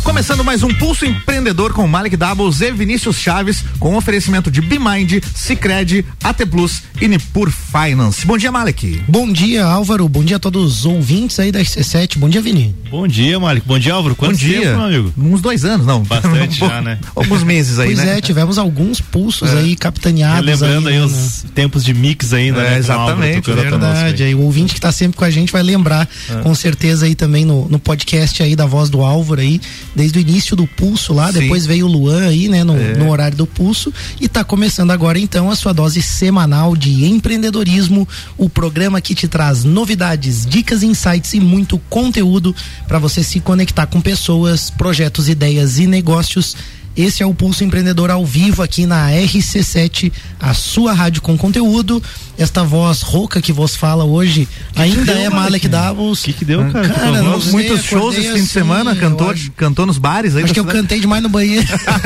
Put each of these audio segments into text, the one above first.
Começando mais um Pulso Empreendedor com Malik Doubles e Vinícius Chaves, com oferecimento de BeMind, Sicredi, AT Plus e Nipur Finance. Bom dia, Malik. Bom dia, Álvaro. Bom dia a todos os ouvintes aí da RC7. Bom dia, Vini. Bom dia, Malik. Bom dia, Álvaro. Quanto tempo, meu amigo? Uns 2 anos, não. Bastante já, né? Alguns meses aí, pois né? Pois é, tivemos alguns pulsos aí capitaneados. Lembrando aí os tempos de mix ainda, né? Exatamente, verdade. Aí o ouvinte que tá sempre com a gente vai lembrar, com certeza aí também no podcast aí da Voz do Álvaro aí, desde o início do Pulso lá, Sim. Depois veio o Luan aí, né, no horário do Pulso, e tá começando agora então a sua dose semanal de empreendedorismo, o programa que te traz novidades, dicas, insights e muito conteúdo para você se conectar com pessoas, projetos, ideias e negócios. Esse é o Pulso Empreendedor ao vivo aqui na RC7, a sua rádio com conteúdo. Esta voz rouca que vos fala hoje ainda é Malik Doubles. O que deu, cara? Cara, não sei, muitos shows esse fim de semana, cantou nos bares aí. Acho que eu cantei demais no banheiro.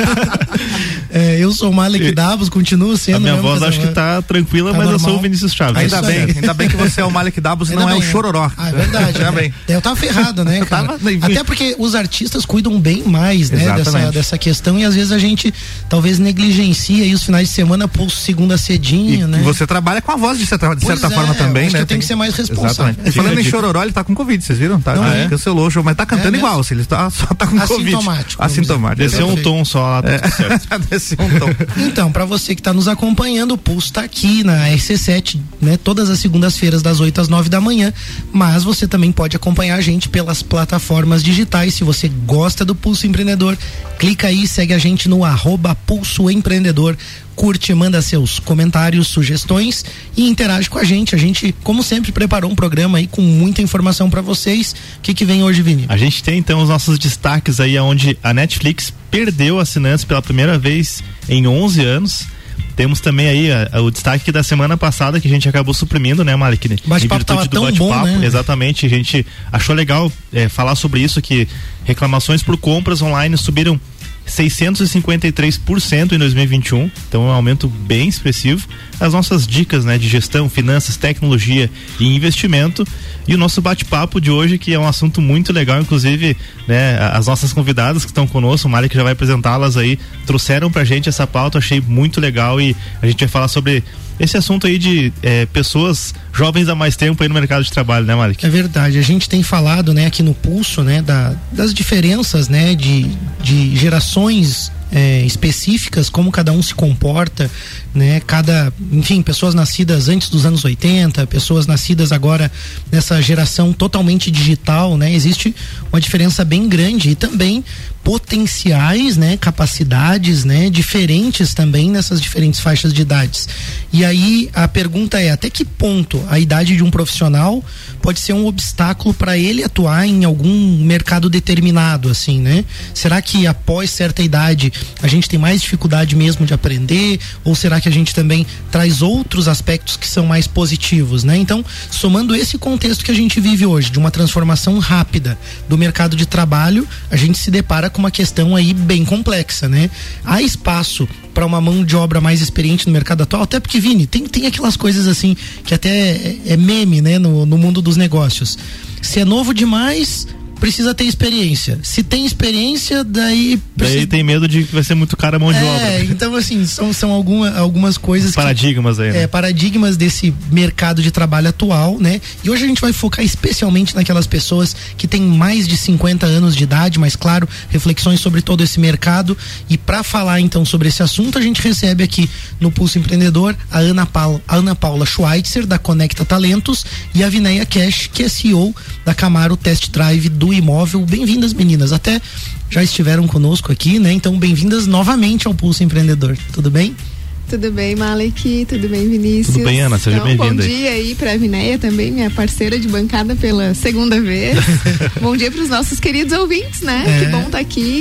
Eu sou o Malik Doubles, continuo sendo. A minha voz acho que tá tranquila, mas normal. Eu sou o Vinícius Chaves. Ainda bem que você é o Malik Doubles e não é o Chororó. Ah, é verdade. Eu tava ferrado, né, cara? Até porque os artistas cuidam bem mais, né, dessa questão, e às vezes a gente talvez negligencia aí os finais de semana, Pulso segunda cedinho, né? E você trabalha com a voz de certa forma também, né? Que tem que ser mais responsável. E falando em Chororó, ele tá com Covid, vocês viram? Cancelou o show, mas tá cantando igual, ele só tá com Covid. Assintomático. Desceu um tom só lá, tá tudo certo. Desceu um tom. Então, pra você que tá nos acompanhando, o Pulso tá aqui na RC7, né? Todas as segundas-feiras das 8 às 9 da manhã, mas você também pode acompanhar a gente pelas plataformas digitais. Se você gosta do Pulso Empreendedor, clica aí, segue a gente no @Pulso Empreendedor, curte, manda seus comentários, sugestões e interage com a gente. A gente, como sempre, preparou um programa aí com muita informação para vocês. O que vem hoje, Vini? A gente tem então os nossos destaques aí, onde a Netflix perdeu assinantes pela primeira vez em 11 anos. Temos também aí o destaque da semana passada, que a gente acabou suprimindo, né, Malik? Bate-papo tava tão bom, né? Exatamente, a gente achou legal falar sobre isso, que reclamações por compras online subiram 653% em 2021, então é um aumento bem expressivo. As nossas dicas, né, de gestão, finanças, tecnologia e investimento, e o nosso bate-papo de hoje, que é um assunto muito legal, inclusive, né, as nossas convidadas que estão conosco, o Malik já vai apresentá-las aí, trouxeram pra gente essa pauta, achei muito legal, e a gente vai falar sobre esse assunto aí de pessoas jovens há mais tempo aí no mercado de trabalho, né, Malik? É verdade, a gente tem falado, né, aqui no Pulso, né, das diferenças, né, de gerações específicas, como cada um se comporta, né? Enfim, pessoas nascidas antes dos anos 80, pessoas nascidas agora nessa geração totalmente digital, né? Existe uma diferença bem grande e também potenciais, né? Capacidades, né? Diferentes também nessas diferentes faixas de idades. E aí a pergunta é, até que ponto a idade de um profissional pode ser um obstáculo para ele atuar em algum mercado determinado, assim, né? Será que após certa idade a gente tem mais dificuldade mesmo de aprender, ou será que a gente também traz outros aspectos que são mais positivos, né? Então, somando esse contexto que a gente vive hoje, de uma transformação rápida do mercado de trabalho, a gente se depara com uma questão aí bem complexa, né? Há espaço para uma mão de obra mais experiente no mercado atual, até porque, Vini, tem aquelas coisas assim que até é meme, né, no mundo dos negócios. Se é novo demais, precisa ter experiência. Se tem experiência, daí tem medo de que vai ser muito cara a mão de obra. Então, assim, são algumas coisas, paradigmas aí, né? Paradigmas desse mercado de trabalho atual, né? E hoje a gente vai focar especialmente naquelas pessoas que têm mais de 50 anos de idade, mas claro, reflexões sobre todo esse mercado. E para falar então sobre esse assunto, a gente recebe aqui no Pulso Empreendedor a Ana Paula Schweitzer, da Conecta Talentos, e a Vinéia Cash, que é CEO da Camaro Test Drive do Imóvel. Bem-vindas, meninas, até já estiveram conosco aqui, né? Então, bem-vindas novamente ao Pulso Empreendedor, tudo bem? Tudo bem, Malik, tudo bem, Vinícius? Tudo bem, Ana, seja bem-vinda. Bom dia aí pra Vinéia também, minha parceira de bancada pela segunda vez. Bom dia pros nossos queridos ouvintes, né? Que bom estar aqui.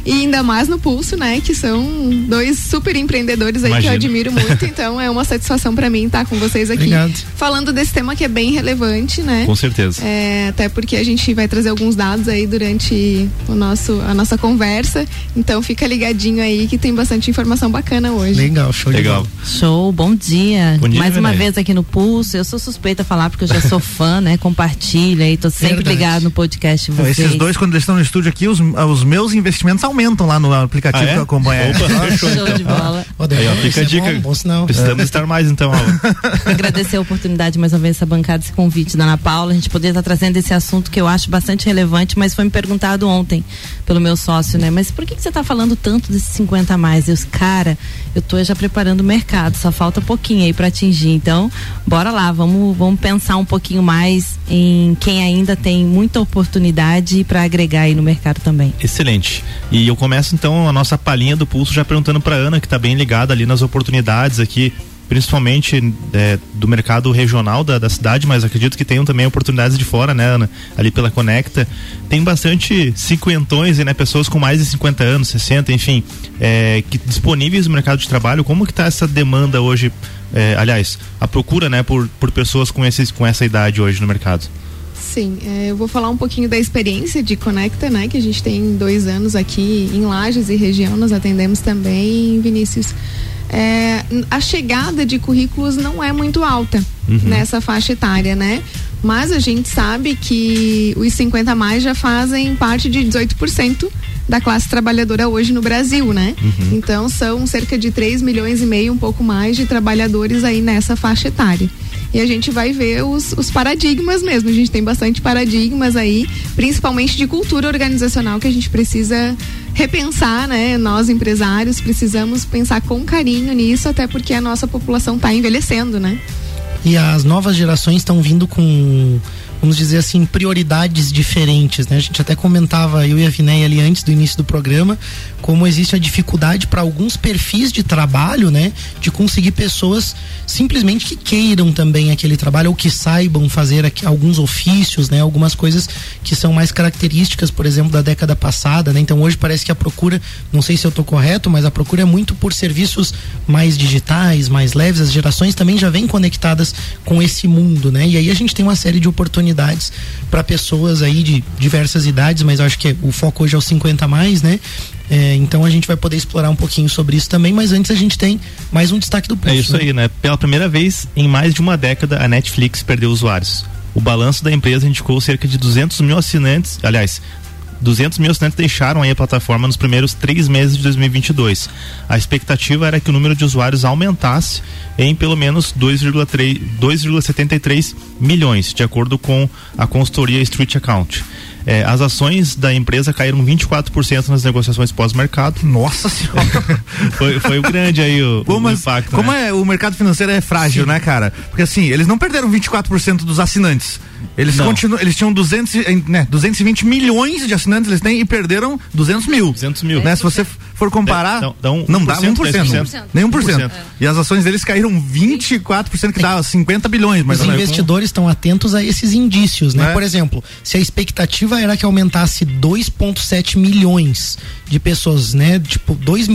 E ainda mais no Pulso, né? Que são 2 super empreendedores aí. Imagina. Que eu admiro muito. Então é uma satisfação pra mim estar com vocês aqui. Obrigado. Falando desse tema que é bem relevante, né? Com certeza. Até porque a gente vai trazer alguns dados aí durante a nossa conversa. Então fica ligadinho aí que tem bastante informação bacana hoje. Legal, show de bola. Show, bom dia. Bom dia, Mais uma Venéia. vez aqui no Pulso. Eu sou suspeita a falar porque eu já sou fã, né? Compartilha aí, tô sempre Verdade. ligado no podcast de vocês. Esses dois, quando eles estão no estúdio aqui, os meus investimentos aumentam lá no aplicativo que eu acompanho. Opa, fechou, Show então. de bola. Aí, ó, fica a dica. Bom sinal. Precisamos estar mais, então, Alan. Agradecer a oportunidade mais uma vez essa bancada, esse convite da Ana Paula, a gente poder estar trazendo esse assunto que eu acho bastante relevante, mas foi me perguntado ontem pelo meu sócio, né? Mas por que você está falando tanto desses 50 a mais? E os cara, eu tô já preparando o mercado, só falta pouquinho aí para atingir. Então, bora lá, vamos pensar um pouquinho mais em quem ainda tem muita oportunidade para agregar aí no mercado também. Excelente. E eu começo então a nossa palhinha do Pulso já perguntando para Ana, que está bem ligada ali nas oportunidades aqui, principalmente do mercado regional da cidade, mas acredito que tenham também oportunidades de fora, né, Ana? Ali pela Conecta. Tem bastante cinquentões, né? Pessoas com mais de 50 anos, 60, enfim, que disponíveis no mercado de trabalho. Como que está essa demanda hoje? Aliás, a procura, né, por pessoas com essa idade hoje no mercado? Sim, eu vou falar um pouquinho da experiência de Conecta, né? Que a gente tem 2 anos aqui em Lages e região, nós atendemos também, Vinícius. A chegada de currículos não é muito alta nessa faixa etária, né? Mas a gente sabe que os 50 a mais já fazem parte de 18% da classe trabalhadora hoje no Brasil, né? Então são cerca de 3,5 milhões, um pouco mais de trabalhadores aí nessa faixa etária. E a gente vai ver os paradigmas mesmo, a gente tem bastante paradigmas aí, principalmente de cultura organizacional que a gente precisa repensar, né? Nós empresários precisamos pensar com carinho nisso, até porque a nossa população está envelhecendo, né? E as novas gerações estão vindo com, vamos dizer assim, prioridades diferentes, né? A gente até comentava, eu e a Vinéia ali antes do início do programa, como existe a dificuldade para alguns perfis de trabalho, né? De conseguir pessoas simplesmente que queiram também aquele trabalho ou que saibam fazer alguns ofícios, né? Algumas coisas que são mais características, por exemplo, da década passada, né? Então hoje parece que a procura, não sei se eu estou correto, mas a procura é muito por serviços mais digitais, mais leves. As gerações também já vêm conectadas com esse mundo, né? E aí a gente tem uma série de oportunidades para pessoas aí de diversas idades, mas eu acho que o foco hoje é os 50 a mais, né? Então a gente vai poder explorar um pouquinho sobre isso também, mas antes a gente tem mais um destaque do Pulso. É isso aí, né? Pela primeira vez em mais de uma década, a Netflix perdeu usuários. O balanço da empresa indicou cerca de 200 mil assinantes, aliás, 200 mil assinantes deixaram aí a plataforma nos primeiros 3 meses de 2022. A expectativa era que o número de usuários aumentasse em pelo menos 2,73 milhões, de acordo com a consultoria Street Account. As ações da empresa caíram 24% nas negociações pós-mercado. Nossa senhora. Foi grande aí o impacto. Como né? o mercado financeiro é frágil, né, cara? Porque assim, eles não perderam 24% dos assinantes. Eles tinham 220 milhões de assinantes, eles têm, e perderam 200 mil. 200 mil. Né? Se você for comparar, não dá 1%. Nem 1%. E as ações deles caíram 24%, que dá 50 bilhões. Mas os investidores estão atentos a esses indícios, né? Por exemplo, se a expectativa era que aumentasse 2,7 milhões de pessoas, né? Tipo,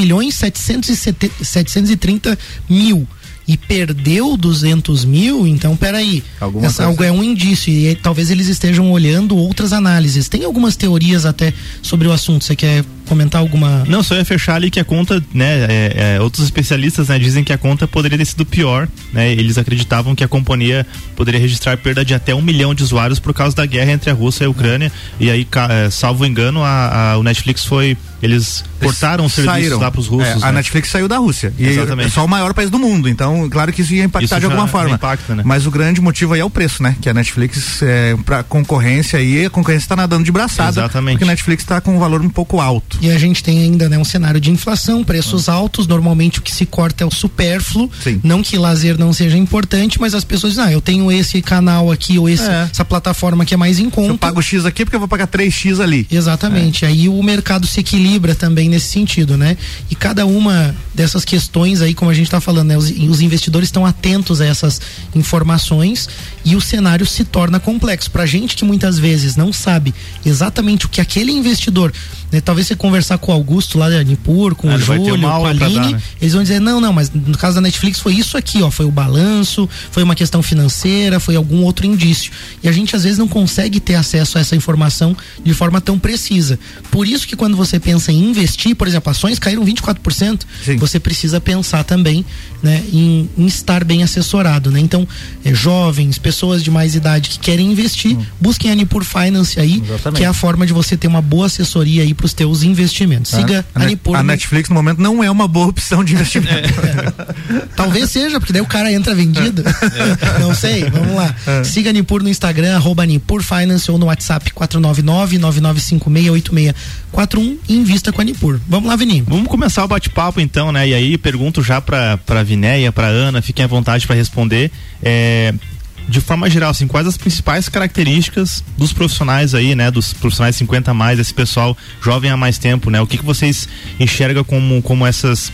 2.730.000 e perdeu 200 mil, então peraí, algo é um indício, e talvez eles estejam olhando outras análises. Tem algumas teorias até sobre o assunto, você quer comentar alguma? Não, só ia fechar ali que a conta, né, outros especialistas, né, dizem que a conta poderia ter sido pior, né, eles acreditavam que a companhia poderia registrar perda de até 1 milhão de usuários por causa da guerra entre a Rússia e a Ucrânia, e aí, salvo engano, o Netflix eles cortaram os serviços lá pros russos. A Netflix saiu da Rússia. Exatamente. E é só o maior país do mundo. Então, claro que isso ia impactar de alguma forma. Impacta, né? Mas o grande motivo aí é o preço, né? Que a Netflix, pra concorrência aí, a concorrência tá nadando de braçada. Exatamente. Porque a Netflix tá com um valor um pouco alto. E a gente tem ainda, né, um cenário de inflação, preços altos. Normalmente o que se corta é o supérfluo. Sim. Não que lazer não seja importante, mas as pessoas dizem, eu tenho esse canal aqui ou essa plataforma que é mais em conta. Eu pago X aqui porque eu vou pagar 3X ali. Exatamente. Aí o mercado se equilibra também também nesse sentido, né? E cada uma dessas questões aí, como a gente está falando, né? Os investidores estão atentos a essas informações e o cenário se torna complexo. Pra gente que muitas vezes não sabe exatamente o que aquele investidor, né? Talvez você conversar com o Augusto lá da Nipur, com o Júlio, com a Aline, né? Eles vão dizer, não, mas no caso da Netflix foi isso aqui, ó, foi o balanço, foi uma questão financeira, foi algum outro indício. E a gente às vezes não consegue ter acesso a essa informação de forma tão precisa. Por isso que quando você pensa em investir, por exemplo, ações caíram 24%, sim, você precisa pensar também, né, em estar bem assessorado, né? Então, jovens, pessoas de mais idade que querem investir, busquem a Nipur Finance aí, exatamente, que é a forma de você ter uma boa assessoria aí para os teus investimentos. Siga a Nipur. A Netflix no momento não é uma boa opção de investimento. Talvez seja, porque daí o cara entra vendido. Não sei, vamos lá. Siga a Nipur no Instagram, @Nipur Finance, ou no WhatsApp 499-9956-8641 e invista com a Nipur. Vamos lá, Vini. Vamos começar o bate-papo então, né? E aí pergunto já pra Vinéia, pra Ana, fiquem à vontade para responder. De forma geral, assim, quais as principais características dos profissionais aí, né? Dos profissionais 50 a mais, esse pessoal jovem há mais tempo, né? O que vocês enxergam como essas,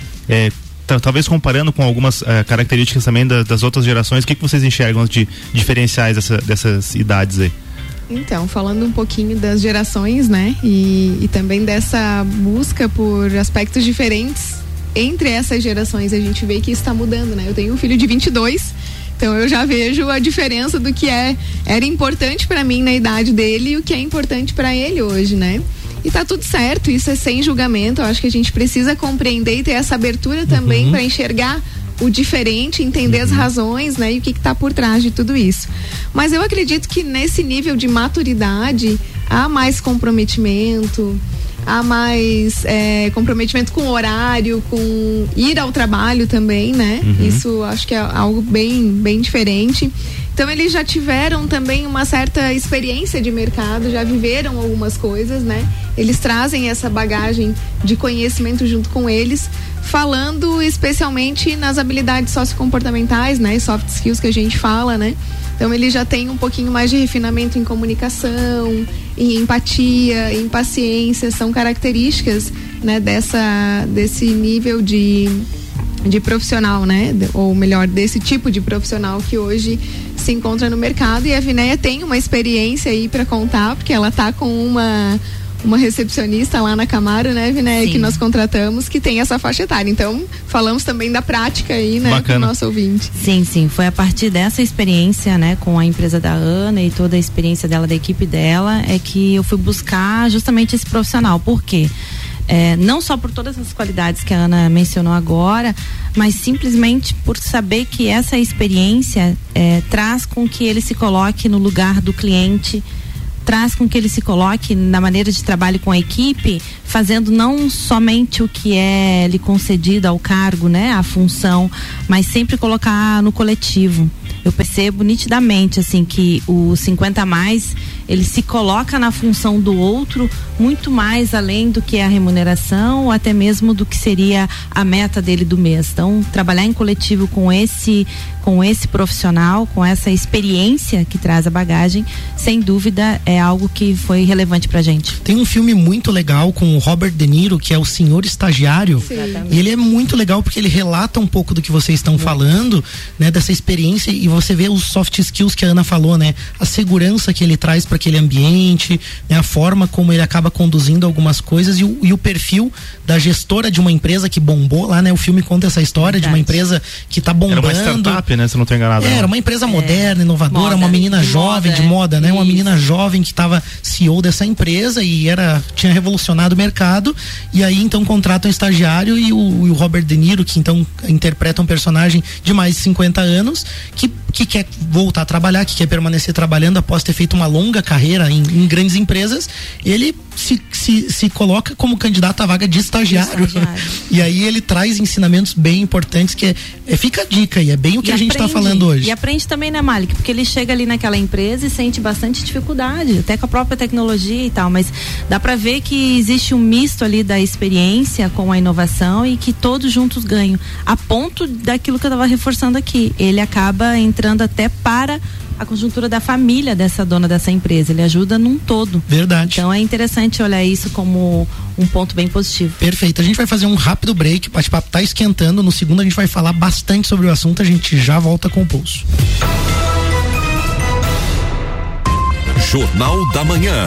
talvez comparando com algumas características também das outras gerações, o que vocês enxergam de diferenciais dessas idades aí? Então, falando um pouquinho das gerações, né? E também dessa busca por aspectos diferentes entre essas gerações, a gente vê que isso está mudando, né? Eu tenho um filho de 22, então eu já vejo a diferença do que era importante para mim na idade dele e o que é importante para ele hoje, né? E tá tudo certo, isso é sem julgamento. Eu acho que a gente precisa compreender e ter essa abertura também para enxergar o diferente, entender as razões, né? E o que tá por trás de tudo isso. Mas eu acredito que nesse nível de maturidade há mais comprometimento, há mais comprometimento com o horário, com ir ao trabalho também, né? Isso acho que é algo bem, bem diferente. Então eles já tiveram também uma certa experiência de mercado, já viveram algumas coisas, né? Eles trazem essa bagagem de conhecimento junto com eles, falando especialmente nas habilidades sociocomportamentais, né? Soft skills que a gente fala, né? Então ele já tem um pouquinho mais de refinamento em comunicação, em empatia, em paciência, são características, né, desse nível de profissional, né? Ou melhor, desse tipo de profissional que hoje se encontra no mercado. E a Vinéia tem uma experiência aí para contar, porque ela tá com uma recepcionista lá na Camaro, né, Vinéia, que nós contratamos, que tem essa faixa etária. Então, falamos também da prática aí, né, com o nosso ouvinte. Sim, foi a partir dessa experiência, né, com a empresa da Ana e toda a experiência dela, da equipe dela, é que eu fui buscar justamente esse profissional. Por quê? Não só por todas as qualidades que a Ana mencionou agora, mas simplesmente por saber que essa experiência traz com que ele se coloque no lugar do cliente, traz com que ele se coloque na maneira de trabalho com a equipe, fazendo não somente o que é lhe concedido ao cargo, né, a função, mas sempre colocar no coletivo. Eu percebo nitidamente, assim, que o 50 a mais, ele se coloca na função do outro muito mais além do que a remuneração, ou até mesmo do que seria a meta dele do mês. Então, trabalhar em coletivo com esse profissional, com essa experiência que traz a bagagem, sem dúvida é algo que foi relevante pra gente. Tem um filme muito legal com o Robert De Niro, que é o Senhor Estagiário. Sim. E ele é muito legal porque ele relata um pouco do que vocês estão falando, né, dessa experiência, e você vê os soft skills que a Ana falou, né, a segurança que ele traz para aquele ambiente, né, a forma como ele acaba conduzindo algumas coisas e o perfil da gestora de uma empresa que bombou lá, né, o filme conta essa história de uma empresa que tá bombando. Era uma startup, né, se não tô enganado. Era uma empresa moderna, inovadora, uma menina jovem de moda, né, uma menina jovem que tava CEO dessa empresa e tinha revolucionado o mercado, e aí então contratam um estagiário e o Robert De Niro, que então interpreta um personagem de mais de 50 anos, que quer voltar a trabalhar, que quer permanecer trabalhando após ter feito uma longa carreira em grandes empresas, ele se coloca como candidato à vaga de estagiário. E aí ele traz ensinamentos bem importantes, que fica a dica, e é bem o que a gente está falando hoje. E aprende também, né, Malik? Porque ele chega ali naquela empresa e sente bastante dificuldade, até com a própria tecnologia e tal, mas dá para ver que existe um misto ali da experiência com a inovação e que todos juntos ganham. A ponto daquilo que eu estava reforçando aqui, ele acaba entrando até para a conjuntura da família dessa dona dessa empresa, ele ajuda num todo. Verdade. Então é interessante olhar isso como um ponto bem positivo. Perfeito, a gente vai fazer um rápido break, o bate-papo tá esquentando, no segundo a gente vai falar bastante sobre o assunto, a gente já volta com o Pulso. Jornal da Manhã.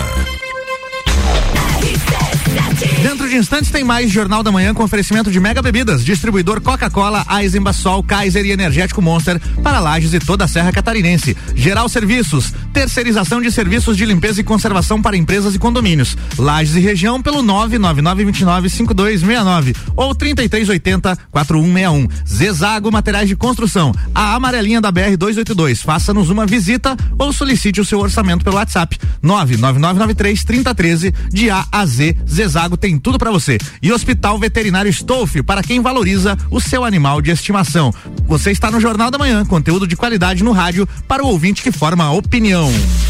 Dentro de instantes tem mais Jornal da Manhã com oferecimento de Mega Bebidas, distribuidor Coca-Cola, Eisenbahn, Sol, Kaiser e Energético Monster para Lages e toda a Serra Catarinense. Geral Serviços, terceirização de serviços de limpeza e conservação para empresas e condomínios. Lages e região pelo 999295269 ou 3380-4161. Zezago Materiais de Construção, a amarelinha da BR-282. Faça-nos uma visita ou solicite o seu orçamento pelo WhatsApp 99993-3013 de A a Z. Zezago tem tudo para você. E Hospital Veterinário Stolf, para quem valoriza o seu animal de estimação. Você está no Jornal da Manhã, conteúdo de qualidade no rádio para o ouvinte que forma a opinião.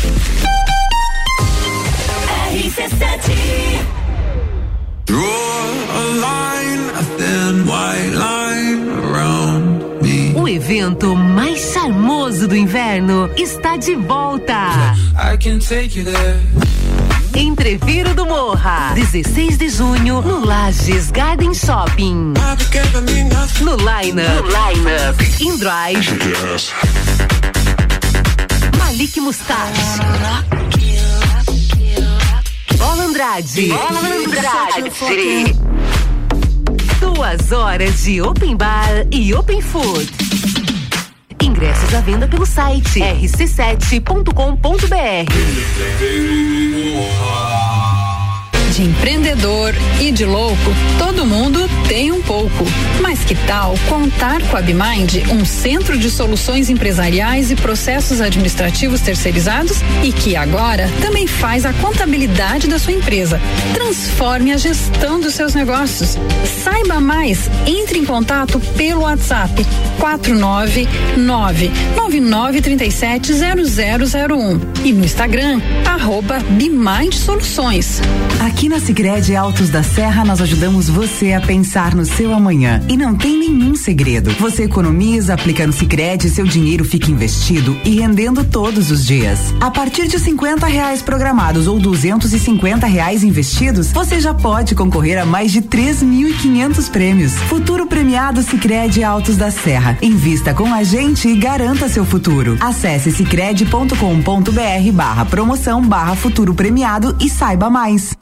O evento mais charmoso do inverno está de volta. Entreviro do Morra, 16 de junho, no Lages Garden Shopping. No line-up, In Drive, Malik Mustache, Bola Andrade. 2 horas de open bar e open food. Ingressos à venda pelo site rc7.com.br. De empreendedor e de louco, todo mundo tem um pouco. Mas que tal contar com a BeMind, um centro de soluções empresariais e processos administrativos terceirizados e que agora também faz a contabilidade da sua empresa. Transforme a gestão dos seus negócios. Saiba mais, entre em contato pelo WhatsApp 499-9937-0001 e no Instagram @BeMind Soluções. Aqui na Sicredi Altos da Serra nós ajudamos você a pensar no seu amanhã e não tem nenhum segredo. Você economiza, aplica no Sicredi, seu dinheiro fica investido e rendendo todos os dias. A partir de R$50 programados ou R$250 investidos, você já pode concorrer a mais de 3.500 prêmios. Futuro premiado Sicredi Altos da Serra. Invista com a gente e garanta seu futuro. Acesse sicredi.com.br/promoção/futuro premiado e saiba mais.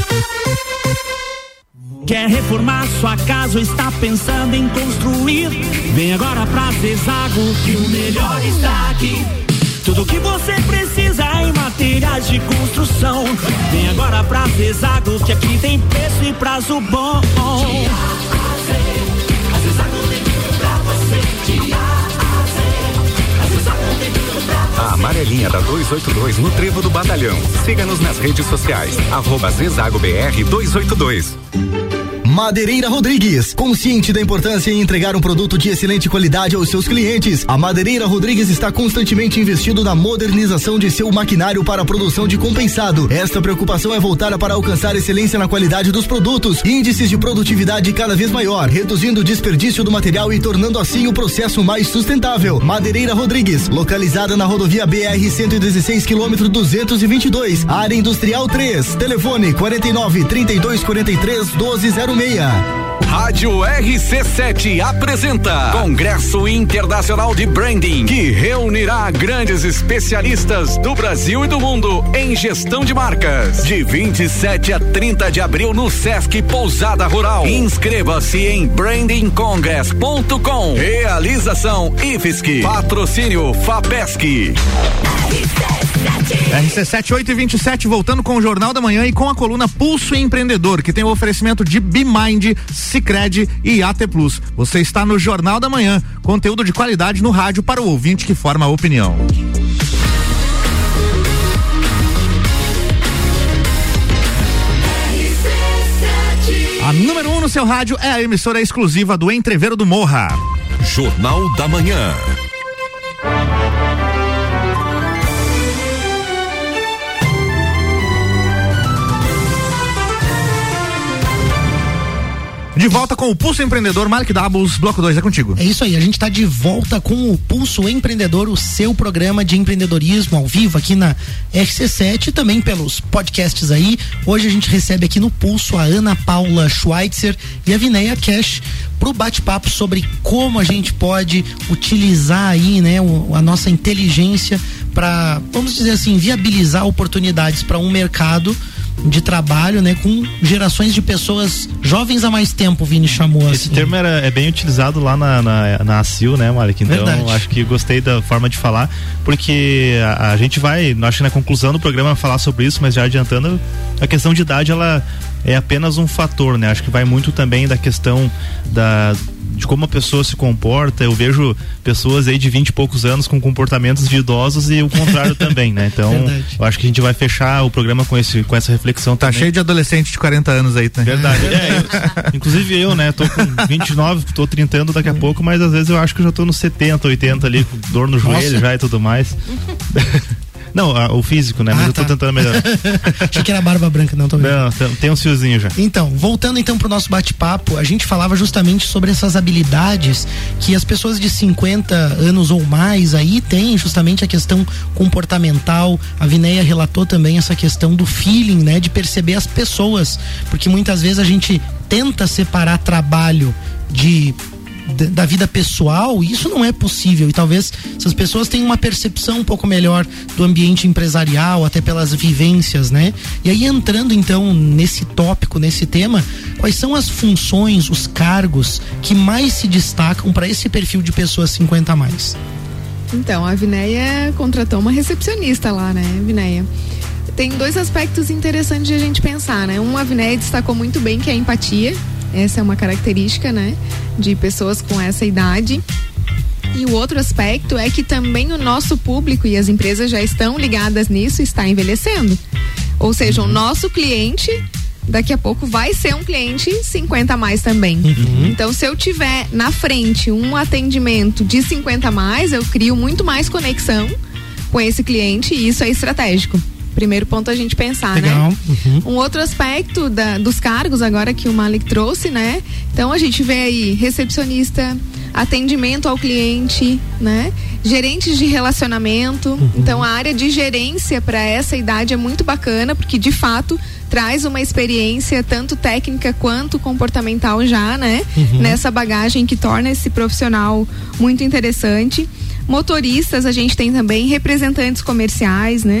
Quer reformar sua casa ou está pensando em construir? Vem agora pra Zezago que o melhor está aqui. Tudo que você precisa em materiais de construção. Vem agora pra Zezago que aqui tem preço e prazo bom. De A a Z, a Zezago tem tudo pra você. De A a Z, a Zezago tem tudo pra você. A amarelinha da 282 no Trevo do Batalhão. Siga-nos nas redes sociais. @ZezagoBR 282. Madeireira Rodrigues, consciente da importância em entregar um produto de excelente qualidade aos seus clientes, a Madeireira Rodrigues está constantemente investindo na modernização de seu maquinário para a produção de compensado. Esta preocupação é voltada para alcançar excelência na qualidade dos produtos, índices de produtividade cada vez maior, reduzindo o desperdício do material e tornando assim o processo mais sustentável. Madeireira Rodrigues, localizada na rodovia BR-116 km 222, área industrial 3, telefone 49-3243-1206. Rádio RC7 apresenta Congresso Internacional de Branding, que reunirá grandes especialistas do Brasil e do mundo em gestão de marcas. De 27 a 30 de abril no Sesc Pousada Rural. Inscreva-se em brandingcongress.com. Realização IFSC. Patrocínio FAPESC. RC7 8h27, voltando com o Jornal da Manhã e com a coluna Pulso Empreendedor, que tem o oferecimento de BeMind, Sicredi e AT Plus. Você está no Jornal da Manhã, conteúdo de qualidade no rádio para o ouvinte que forma a opinião. A número 1 no seu rádio é a emissora exclusiva do Entrevero do Morra. Jornal da Manhã. De volta com o Pulso Empreendedor, Mark Dabos, Bloco 2, é contigo. É isso aí, a gente tá de volta com o Pulso Empreendedor, o seu programa de empreendedorismo ao vivo aqui na RC7 e também pelos podcasts aí. Hoje a gente recebe aqui no Pulso a Ana Paula Schweitzer e a Vinéia Cash pro bate-papo sobre como a gente pode utilizar aí, né, a nossa inteligência para, vamos dizer assim, viabilizar oportunidades para um mercado de trabalho, né, com gerações de pessoas jovens há mais tempo, o Vini chamou assim. Esse termo é bem utilizado lá na ACIL, né, Malik? Então, verdade. Acho que gostei da forma de falar, porque a gente vai, acho que na conclusão do programa falar sobre isso, mas já adiantando, a questão de idade, ela é apenas um fator, né? Acho que vai muito também da questão de como a pessoa se comporta. Eu vejo pessoas aí de 20 e poucos anos com comportamentos de idosos e o contrário também, né? Então, eu acho que a gente vai fechar o programa com essa reflexão tá também. Cheio de adolescente de 40 anos aí, né? Verdade. Inclusive eu, né? Tô com 29, tô 30 daqui a pouco, mas às vezes eu acho que eu já tô nos 70, 80 ali, com dor no joelho já e tudo mais. Não, o físico, né? Mas eu tô tentando melhorar. Achei que era barba branca, não, tô vendo. Não, tem um fiozinho já. Então, voltando então pro nosso bate-papo, a gente falava justamente sobre essas habilidades que as pessoas de 50 anos ou mais aí têm, justamente a questão comportamental. A Vinéia relatou também essa questão do feeling, né? De perceber as pessoas, porque muitas vezes a gente tenta separar trabalho da vida pessoal, e isso não é possível, e talvez essas pessoas tenham uma percepção um pouco melhor do ambiente empresarial, até pelas vivências, né? E aí, entrando então nesse tópico, nesse tema, quais são as funções, os cargos que mais se destacam para esse perfil de pessoas 50 a mais? Então, a Vinéia contratou uma recepcionista lá, né, Vinéia? Tem dois aspectos interessantes de a gente pensar, né? A Vinéia destacou muito bem, que é a empatia. Essa é uma característica, né, de pessoas com essa idade. E o outro aspecto é que também o nosso público, e as empresas já estão ligadas nisso, está envelhecendo. Ou seja, o nosso cliente daqui a pouco vai ser um cliente 50 a mais também. Então, se eu tiver na frente um atendimento de 50 a mais, eu crio muito mais conexão com esse cliente, e isso é estratégico. Primeiro ponto a gente pensar, legal, né? Um outro aspecto dos cargos agora que o Malik trouxe, né? Então a gente vê aí recepcionista, atendimento ao cliente, né? Gerentes de relacionamento. Então a área de gerência para essa idade é muito bacana, porque de fato traz uma experiência tanto técnica quanto comportamental já, né? Nessa bagagem que torna esse profissional muito interessante. Motoristas, a gente tem também representantes comerciais, né?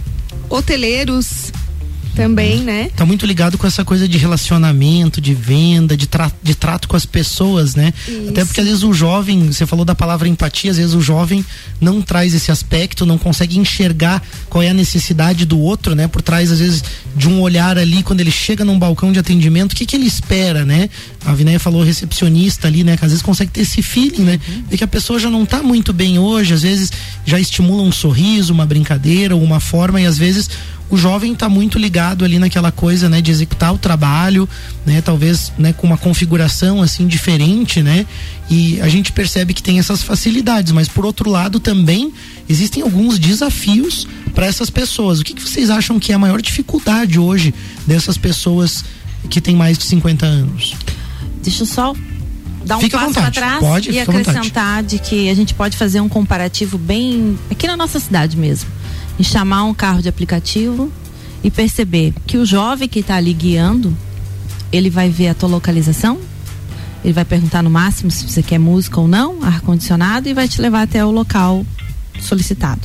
Hoteleiros também, né? Tá muito ligado com essa coisa de relacionamento, de venda, de trato com as pessoas, né? Isso. Até porque às vezes o jovem, você falou da palavra empatia, às vezes o jovem não traz esse aspecto, não consegue enxergar qual é a necessidade do outro, né? Por trás, às vezes, de um olhar ali, quando ele chega num balcão de atendimento, o que ele espera, né? A Vinéia falou recepcionista ali, né? Que às vezes consegue ter esse feeling, né? De que a pessoa já não tá muito bem hoje, às vezes já estimula um sorriso, uma brincadeira ou uma forma, e às vezes o jovem está muito ligado ali naquela coisa, né, de executar o trabalho, né, talvez, né, com uma configuração assim diferente, né, e a gente percebe que tem essas facilidades, mas por outro lado também existem alguns desafios para essas pessoas. O que vocês acham que é a maior dificuldade hoje dessas pessoas que têm mais de 50 anos? Deixa eu só dar um passo para trás e acrescentar de que a gente pode fazer um comparativo bem aqui na nossa cidade mesmo. E chamar um carro de aplicativo e perceber que o jovem que está ali guiando, ele vai ver a tua localização, ele vai perguntar no máximo se você quer música ou não, ar-condicionado, e vai te levar até o local solicitado.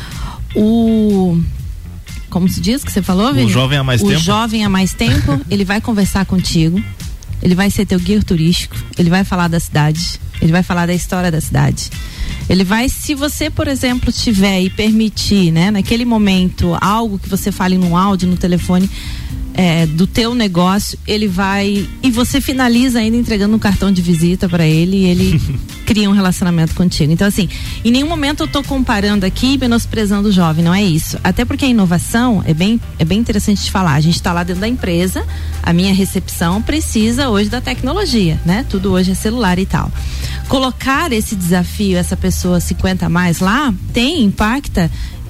Como se diz que você falou, Vini? O jovem há mais tempo. O jovem há mais tempo, ele vai conversar contigo, ele vai ser teu guia turístico, ele vai falar da cidade, ele vai falar da história da cidade. Ele vai, se você, por exemplo, tiver e permitir, né, naquele momento, algo que você fale num áudio, no telefone, do teu negócio, ele vai, e você finaliza ainda entregando um cartão de visita para ele, e ele cria um relacionamento contigo. Então, assim, em nenhum momento eu tô comparando aqui e menosprezando o jovem, não é isso. Até porque a inovação é bem interessante de falar. A gente tá lá dentro da empresa, a minha recepção precisa hoje da tecnologia, né? Tudo hoje é celular e tal. Colocar esse desafio, essa pessoa 50 a mais lá, impacta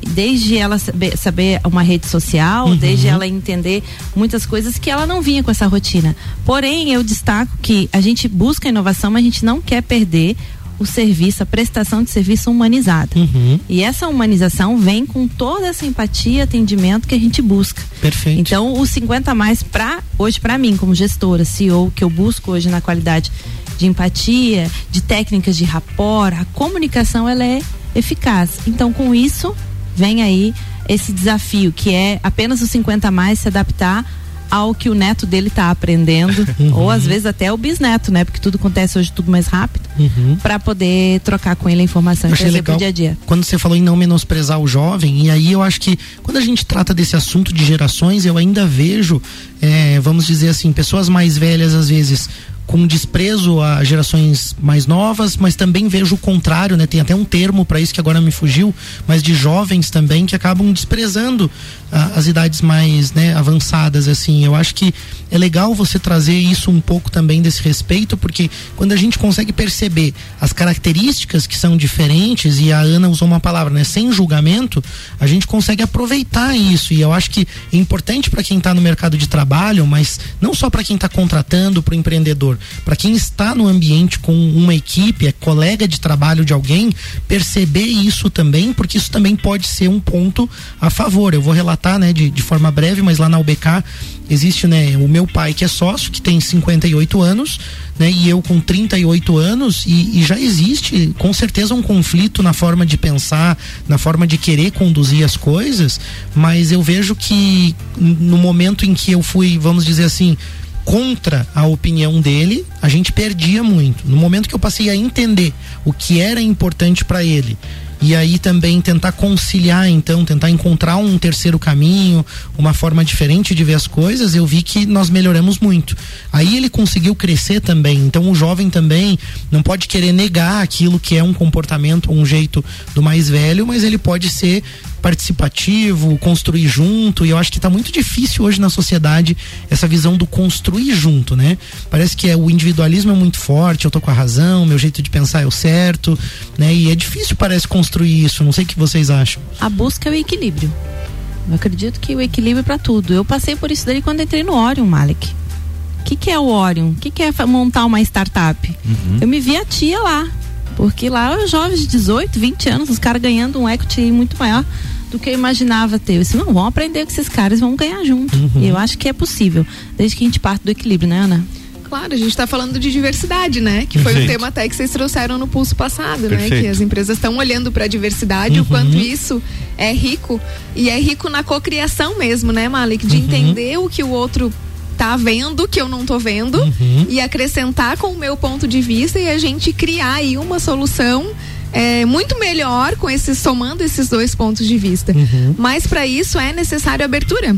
desde ela saber uma rede social, desde ela entender muitas coisas que ela não vinha com essa rotina. Porém, eu destaco que a gente busca inovação, mas a gente não quer perder o serviço, a prestação de serviço humanizada. E essa humanização vem com toda essa empatia, atendimento que a gente busca. Perfeito. Então, o 50 mais hoje para mim, como gestora, CEO, que eu busco hoje na qualidade de empatia, de técnicas de rapport, a comunicação ela é eficaz. Então, com isso, vem aí esse desafio, que é apenas o 50 mais se adaptar ao que o neto dele está aprendendo, ou às vezes até o bisneto, né? Porque tudo acontece hoje tudo mais rápido, para poder trocar com ele a informação e trazer pro dia a dia. Quando você falou em não menosprezar o jovem, e aí eu acho que quando a gente trata desse assunto de gerações, eu ainda vejo, vamos dizer assim, pessoas mais velhas às vezes com desprezo a gerações mais novas, mas também vejo o contrário, né? Tem até um termo para isso que agora me fugiu, mas de jovens também que acabam desprezando as idades mais, né, avançadas, assim. Eu acho que é legal você trazer isso um pouco também desse respeito, porque quando a gente consegue perceber as características que são diferentes, e a Ana usou uma palavra, né, sem julgamento, a gente consegue aproveitar isso. E eu acho que é importante para quem está no mercado de trabalho, mas não só para quem está contratando, para o empreendedor, para quem está no ambiente com uma equipe, é colega de trabalho de alguém, perceber isso também, porque isso também pode ser um ponto a favor. Eu vou relatar, né, de forma breve, mas lá na UBK existe, né, o meu pai que é sócio, que tem 58 anos, né, e eu com 38 anos, e já existe com certeza um conflito na forma de pensar, na forma de querer conduzir as coisas, mas eu vejo que no momento em que eu fui, vamos dizer assim, contra a opinião dele, a gente perdia muito. No momento que eu passei a entender o que era importante para ele, e aí também tentar conciliar, então, tentar encontrar um terceiro caminho, uma forma diferente de ver as coisas, eu vi que nós melhoramos muito. Aí ele conseguiu crescer também, então o jovem também não pode querer negar aquilo que é um comportamento, um jeito do mais velho, mas ele pode ser participativo, construir junto, e eu acho que está muito difícil hoje na sociedade essa visão do construir junto, né? Parece que o individualismo é muito forte, eu tô com a razão, meu jeito de pensar é o certo, né? E é difícil, parece, construir isso, não sei o que vocês acham. A busca é o equilíbrio. Eu acredito que o equilíbrio é para tudo. Eu passei por isso daí quando entrei no Orion, Malik. O que é o Orion? O que é montar uma startup? Eu me vi a tia lá, porque lá os jovens de 18, 20 anos, os caras ganhando um equity muito maior do que eu imaginava ter. Eu disse, não, vamos aprender com esses caras, vamos ganhar junto. E eu acho que é possível, desde que a gente parte do equilíbrio, né, Ana? Claro, a gente está falando de diversidade, né? Que foi o tema até que vocês trouxeram no Pulso passado, né? Que as empresas estão olhando para a diversidade, o quanto isso é rico, e é rico na cocriação mesmo, né, Malik? De entender o que o outro tá vendo, que eu não tô vendo, e acrescentar com o meu ponto de vista, e a gente criar aí uma solução muito melhor somando esses dois pontos de vista. Mas para isso é necessário abertura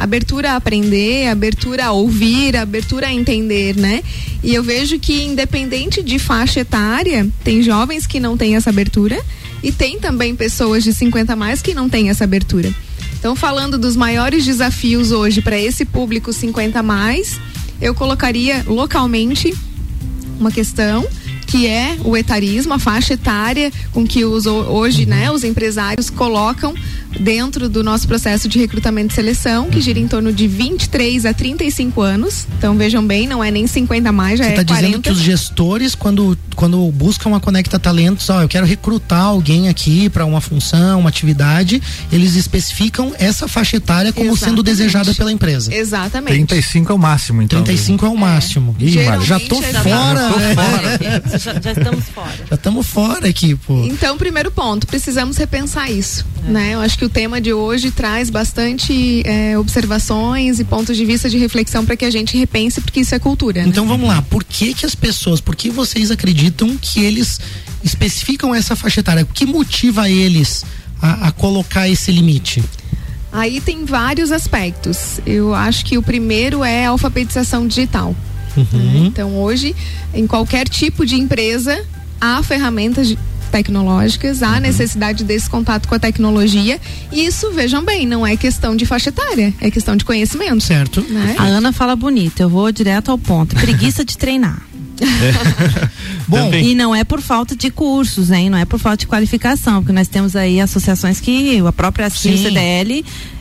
a aprender, abertura a ouvir, abertura a entender, né? E eu vejo que independente de faixa etária, tem jovens que não têm essa abertura, e tem também pessoas de 50 a mais que não têm essa abertura. Então, falando dos maiores desafios hoje para esse público 50 a mais, eu colocaria localmente uma questão que é o etarismo, a faixa etária com que hoje, né, os empresários colocam dentro do nosso processo de recrutamento e seleção, que gira em torno de 23 a 35 anos. Então, vejam bem, não é nem 50 a mais, já é 40. Você está dizendo que os gestores, quando buscam uma Conecta Talentos, eu quero recrutar alguém aqui para uma função, uma atividade, eles especificam essa faixa etária como sendo desejada pela empresa. Exatamente. 35 é o máximo, então. 35 é o máximo. Já tô fora. Já estamos fora. Já estamos fora aqui, pô. Então, primeiro ponto, precisamos repensar isso, né? Eu acho que o tema de hoje traz bastante observações e pontos de vista de reflexão para que a gente repense, porque isso é cultura, né? Então vamos lá, por que vocês acreditam que eles especificam essa faixa etária? O que motiva eles a colocar esse limite? Aí tem vários aspectos. Eu acho que o primeiro é a alfabetização digital. Então hoje, em qualquer tipo de empresa, há ferramentas tecnológicas, há necessidade desse contato com a tecnologia, e isso, vejam bem, não é questão de faixa etária, é questão de conhecimento. Certo. Né? A Ana fala bonito, eu vou direto ao ponto. Preguiça de treinar. Bom, e não é por falta de cursos, hein? Não é por falta de qualificação, porque nós temos aí associações que a própria CDL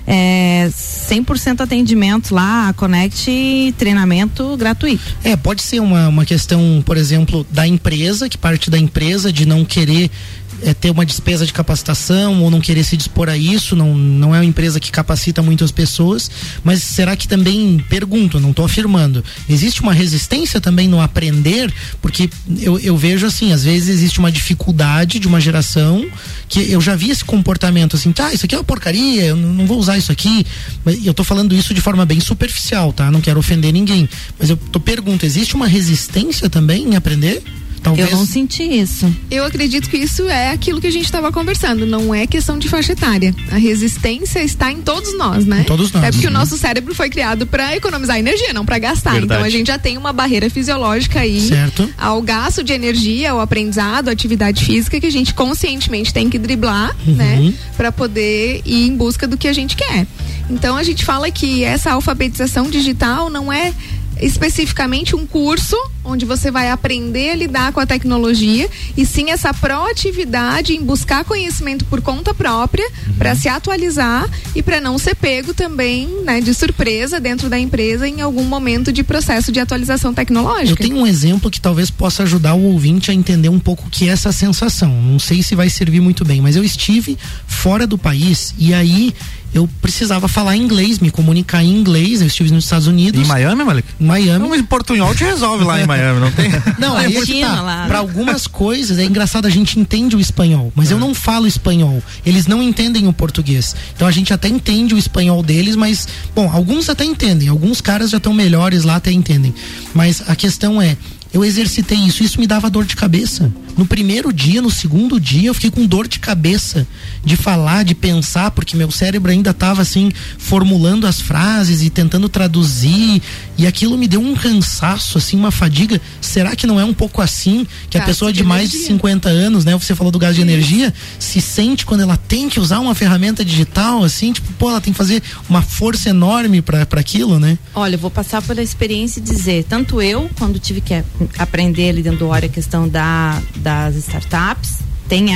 100% atendimento lá, Connect, treinamento gratuito. Pode ser uma questão, por exemplo, da empresa, que parte da empresa de não querer ter uma despesa de capacitação ou não querer se dispor a isso, não é uma empresa que capacita muitas pessoas, mas será que também, pergunto, não estou afirmando, existe uma resistência também no aprender? Porque eu vejo assim, às vezes existe uma dificuldade de uma geração que eu já vi esse comportamento assim, isso aqui é uma porcaria, eu não vou usar isso aqui, eu estou falando isso de forma bem superficial, tá? Não quero ofender ninguém, mas eu pergunto, existe uma resistência também em aprender? Talvez. Eu não senti isso. Eu acredito que isso é aquilo que a gente estava conversando, não é questão de faixa etária. A resistência está em todos nós, né? Em todos nós. É porque o nosso cérebro foi criado para economizar energia, não para gastar. Verdade. Então a gente já tem uma barreira fisiológica aí, certo, ao gasto de energia, ao aprendizado, à atividade física, que a gente conscientemente tem que driblar, né? Para poder ir em busca do que a gente quer. Então a gente fala que essa alfabetização digital não é especificamente um curso onde você vai aprender a lidar com a tecnologia, e sim essa proatividade em buscar conhecimento por conta própria, para se atualizar e para não ser pego também, né, de surpresa dentro da empresa em algum momento de processo de atualização tecnológica. Eu tenho um exemplo que talvez possa ajudar o ouvinte a entender um pouco o que é essa sensação. Não sei se vai servir muito bem, mas eu estive fora do país e aí eu precisava falar inglês, me comunicar em inglês. Eu estive nos Estados Unidos. Em Miami, Malik? Miami. Então, portunhol te resolve lá em Miami, não tem? Não, aí tá. Para algumas coisas, é engraçado, a gente entende o espanhol, mas eu não falo espanhol. Eles não entendem o português. Então a gente até entende o espanhol deles, mas, bom, alguns até entendem. Alguns caras já estão melhores lá, até entendem. Mas a questão é, eu exercitei isso me dava dor de cabeça. No primeiro dia, no segundo dia, eu fiquei com dor de cabeça de falar, de pensar, porque meu cérebro ainda estava assim, formulando as frases e tentando traduzir, e aquilo me deu um cansaço, assim, uma fadiga. Será que não é um pouco assim que a pessoa de mais de 50 anos, né, você falou do gasto de energia, se sente quando ela tem que usar uma ferramenta digital, assim, tipo, ela tem que fazer uma força enorme para aquilo, né? Olha, eu vou passar pela experiência e dizer, tanto eu, quando tive que aprender ali dentro do Ori a questão das startups, tem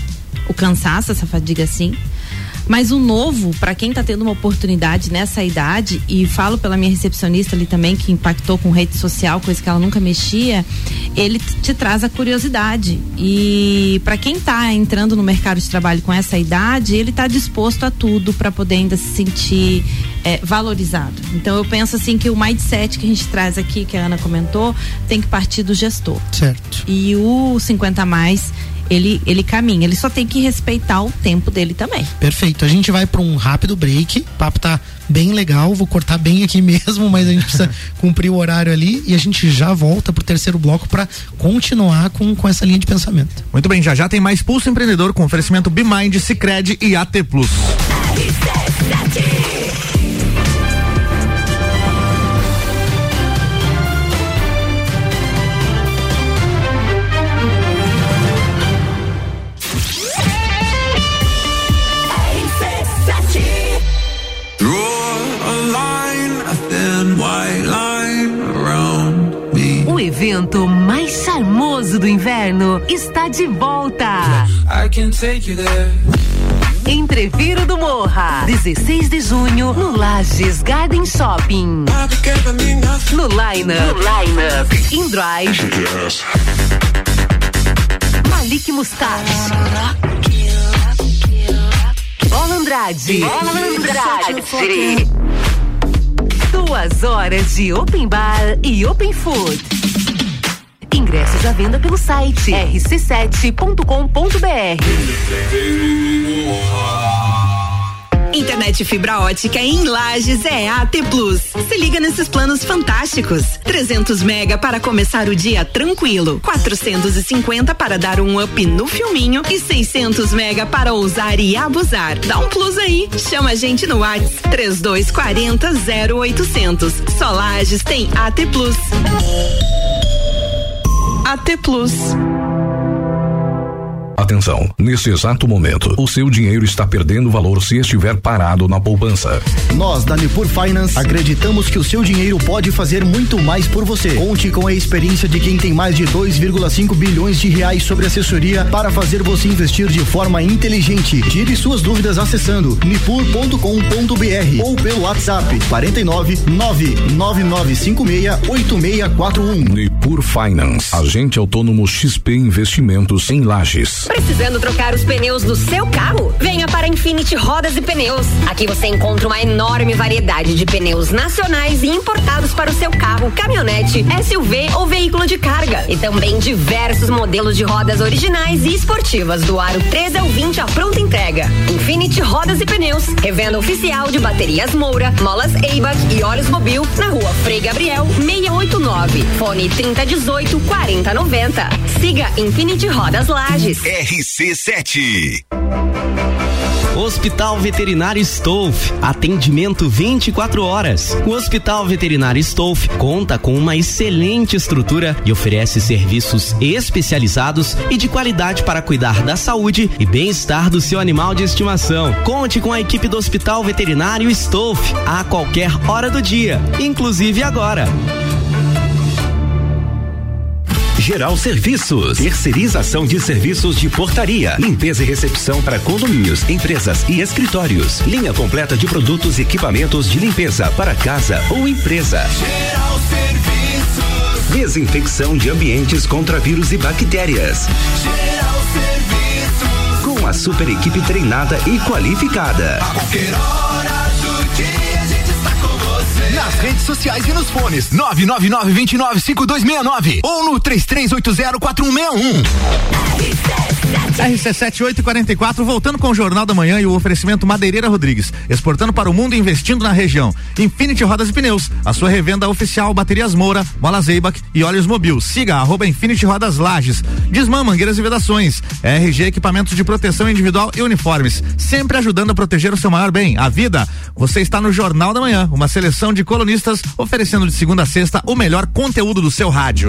o cansaço, essa fadiga assim, mas o novo, para quem tá tendo uma oportunidade nessa idade, e falo pela minha recepcionista ali também, que impactou com rede social, coisa que ela nunca mexia, ele te traz a curiosidade, e para quem tá entrando no mercado de trabalho com essa idade, ele tá disposto a tudo para poder ainda se sentir valorizado. Então eu penso assim que o mindset que a gente traz aqui, que a Ana comentou, tem que partir do gestor. Certo. E o 50 a mais, ele caminha, ele só tem que respeitar o tempo dele também. Perfeito, a gente vai para um rápido break, o papo tá bem legal, vou cortar bem aqui mesmo, mas a gente precisa cumprir o horário ali e a gente já volta pro terceiro bloco para continuar com essa linha de pensamento. Muito bem, já tem mais Pulso Empreendedor com oferecimento BeMind, Sicredi e AT Plus. O evento mais charmoso do inverno está de volta. Entreviro do Morra, 16 de junho, no Lages Garden Shopping. No line-up, Indrive, Malik Mustache, Bola Andrade. 2 horas de open bar e open food. Ingressos à venda pelo site rc7.com.br. Internet fibra ótica em Lages é AT Plus. Se liga nesses planos fantásticos. 300 mega para começar o dia tranquilo, 450 para dar um up no filminho e 600 mega para ousar e abusar. Dá um plus aí. Chama a gente no WhatsApp 3240 0800. Só Lages tem AT Plus. AT Plus. Atenção, nesse exato momento, o seu dinheiro está perdendo valor se estiver parado na poupança. Nós, da Nipur Finance, acreditamos que o seu dinheiro pode fazer muito mais por você. Conte com a experiência de quem tem mais de 2,5 bilhões de reais sobre assessoria para fazer você investir de forma inteligente. Tire suas dúvidas acessando nipur.com.br ou pelo WhatsApp 49 999568641. Nipur Finance, agente autônomo XP Investimentos em Lages. Precisando trocar os pneus do seu carro? Venha para Infinity Rodas e Pneus. Aqui você encontra uma enorme variedade de pneus nacionais e importados para o seu carro, caminhonete, SUV ou veículo de carga. E também diversos modelos de rodas originais e esportivas do aro 13 ao 20 à pronta entrega. Infinity Rodas e Pneus, revenda oficial de baterias Moura, molas Eibach e óleos Mobil, na rua Frei Gabriel 689. Fone 3018-4090. Siga Infinity Rodas Lages. RC7 Hospital Veterinário Stolf, atendimento 24 horas. O Hospital Veterinário Stolf conta com uma excelente estrutura e oferece serviços especializados e de qualidade para cuidar da saúde e bem-estar do seu animal de estimação. Conte com a equipe do Hospital Veterinário Stolf a qualquer hora do dia, inclusive agora. Geral Serviços, terceirização de serviços de portaria, limpeza e recepção para condomínios, empresas e escritórios. Linha completa de produtos e equipamentos de limpeza para casa ou empresa. Geral Serviços. Desinfecção de ambientes contra vírus e bactérias. Geral Serviços. Com a super equipe treinada e qualificada. A qualquer hora do dia a gente está com você. Nas redes sociais e nos fones 999-295269 ou no 33804161. RC7 844, voltando com o Jornal da Manhã e o oferecimento Madeireira Rodrigues, exportando para o mundo e investindo na região. Infinity Rodas e Pneus, a sua revenda oficial, baterias Moura, molas Eibach e óleos Mobil. Siga @Infinity Rodas Lages. Desmã, mangueiras e vedações. RG Equipamentos de proteção individual e uniformes, sempre ajudando a proteger o seu maior bem, a vida. Você está no Jornal da Manhã, uma seleção de colunistas oferecendo de segunda a sexta o melhor conteúdo do seu rádio.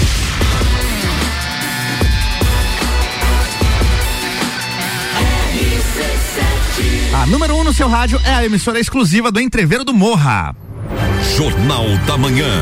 A número 1 no seu rádio é a emissora exclusiva do Entreveiro do Morra. Jornal da Manhã.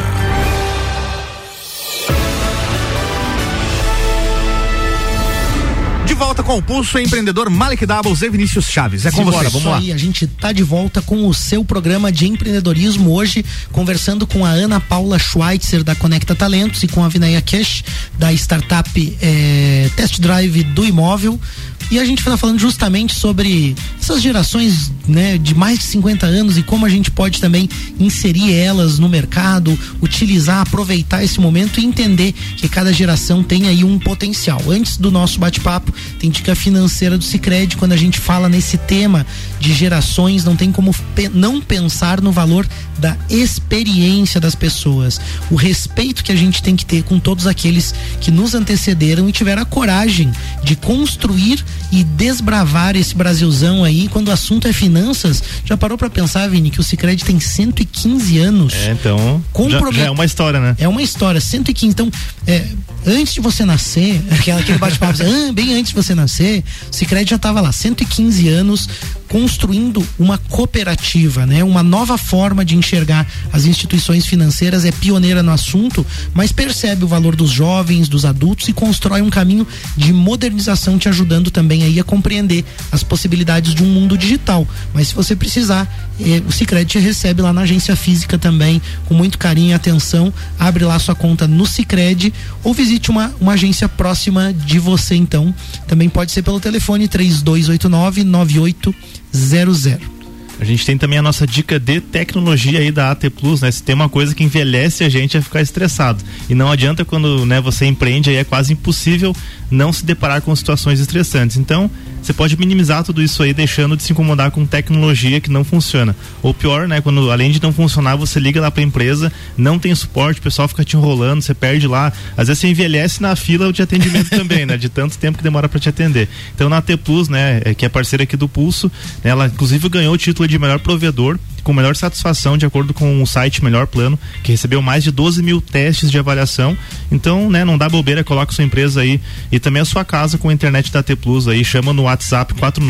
De volta com o Pulso, empreendedor Malek Doubles e Vinícius Chaves. É com você, vamos lá. A gente tá de volta com o seu programa de empreendedorismo hoje, conversando com a Ana Paula Schweitzer da Conecta Talentos e com a Vinaya Cash da startup Test Drive do Imóvel. E a gente está falando justamente sobre essas gerações, né, de mais de 50 anos e como a gente pode também inserir elas no mercado, utilizar, aproveitar esse momento e entender que cada geração tem aí um potencial. Antes do nosso bate-papo, tem dica financeira do Sicredi. Quando a gente fala nesse tema de gerações, não tem como não pensar no valor da experiência das pessoas, o respeito que a gente tem que ter com todos aqueles que nos antecederam e tiveram a coragem de construir e desbravar esse Brasilzão aí. Quando o assunto é finanças, já parou pra pensar, Vini, que o Sicredi tem 115 anos? Então já é uma história, né? É uma história, 115. Então, antes de você nascer, aquele bate-papo, bem antes de você nascer, o Sicredi já tava lá, 115 anos, construindo uma cooperativa, né? Uma nova forma de enxergar as instituições financeiras, é pioneira no assunto, mas percebe o valor dos jovens, dos adultos e constrói um caminho de modernização, te ajudando também aí a compreender as possibilidades de um mundo digital. Mas se você precisar, o Sicredi te recebe lá na agência física também, com muito carinho e atenção. Abre lá sua conta no Sicredi ou visite uma agência próxima de você. Então, também pode ser pelo telefone 3289-9800. A gente tem também a nossa dica de tecnologia aí da AT Plus, né? Se tem uma coisa que envelhece a gente é ficar estressado. E não adianta quando, né, você empreende, aí é quase impossível não se deparar com situações estressantes. Então, você pode minimizar tudo isso aí, deixando de se incomodar com tecnologia que não funciona. Ou pior, né? Quando além de não funcionar, você liga lá pra empresa, não tem suporte, o pessoal fica te enrolando, você perde lá. Às vezes você envelhece na fila de atendimento também, né? De tanto tempo que demora pra te atender. Então, na AT Plus, né? Que é parceira aqui do Pulso, né, ela inclusive ganhou o título de melhor provedor com melhor satisfação de acordo com o site Melhor Plano, que recebeu mais de 12 mil testes de avaliação. Então, né, não dá bobeira, coloca sua empresa aí e também a sua casa com a internet da T Plus aí, chama no WhatsApp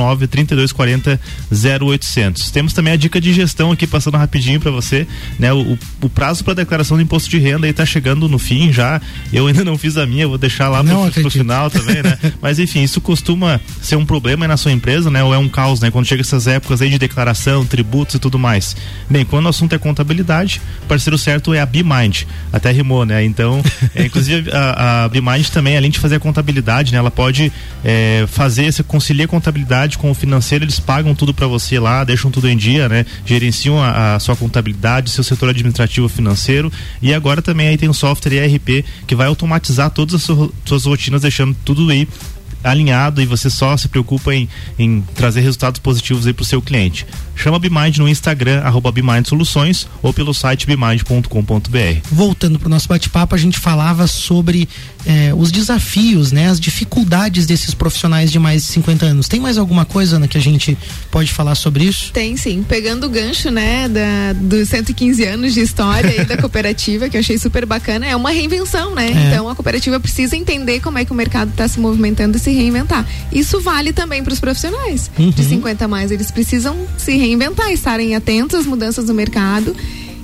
49-3240-0800. Temos também a dica de gestão aqui, passando rapidinho para você, né? O prazo para declaração do imposto de renda aí tá chegando no fim já. Eu ainda não fiz a minha, vou deixar lá pro final também, né? Mas enfim, isso costuma ser um problema aí na sua empresa, né? Ou é um caos, né? Quando chega essas épocas aí de declaração, tributos e tudo mais. Bem, quando o assunto é contabilidade, o parceiro certo é a BeMind. Até rimou, né? Então, inclusive a BeMind também, além de fazer a contabilidade, né? Ela pode fazer, você concilia a contabilidade com o financeiro, eles pagam tudo para você lá, deixam tudo em dia, né? Gerenciam a sua contabilidade, seu setor administrativo financeiro, e agora também aí tem um software ERP que vai automatizar todas as suas rotinas, deixando tudo aí alinhado, e você só se preocupa em trazer resultados positivos aí pro seu cliente. Chama a BeMind no Instagram, @BeMind Soluções, ou pelo site bemind.com.br. Voltando pro nosso bate-papo, a gente falava sobre os desafios, né, as dificuldades desses profissionais de mais de 50 anos. Tem mais alguma coisa, Ana, que a gente pode falar sobre isso? Tem sim, pegando o gancho, né, dos 115 anos de história aí da cooperativa, que eu achei super bacana, é uma reinvenção, né? Então a cooperativa precisa entender como é que o mercado está se movimentando e se reinventar. Isso vale também para os profissionais de 50 a mais, eles precisam se reinventar, estarem atentos às mudanças do mercado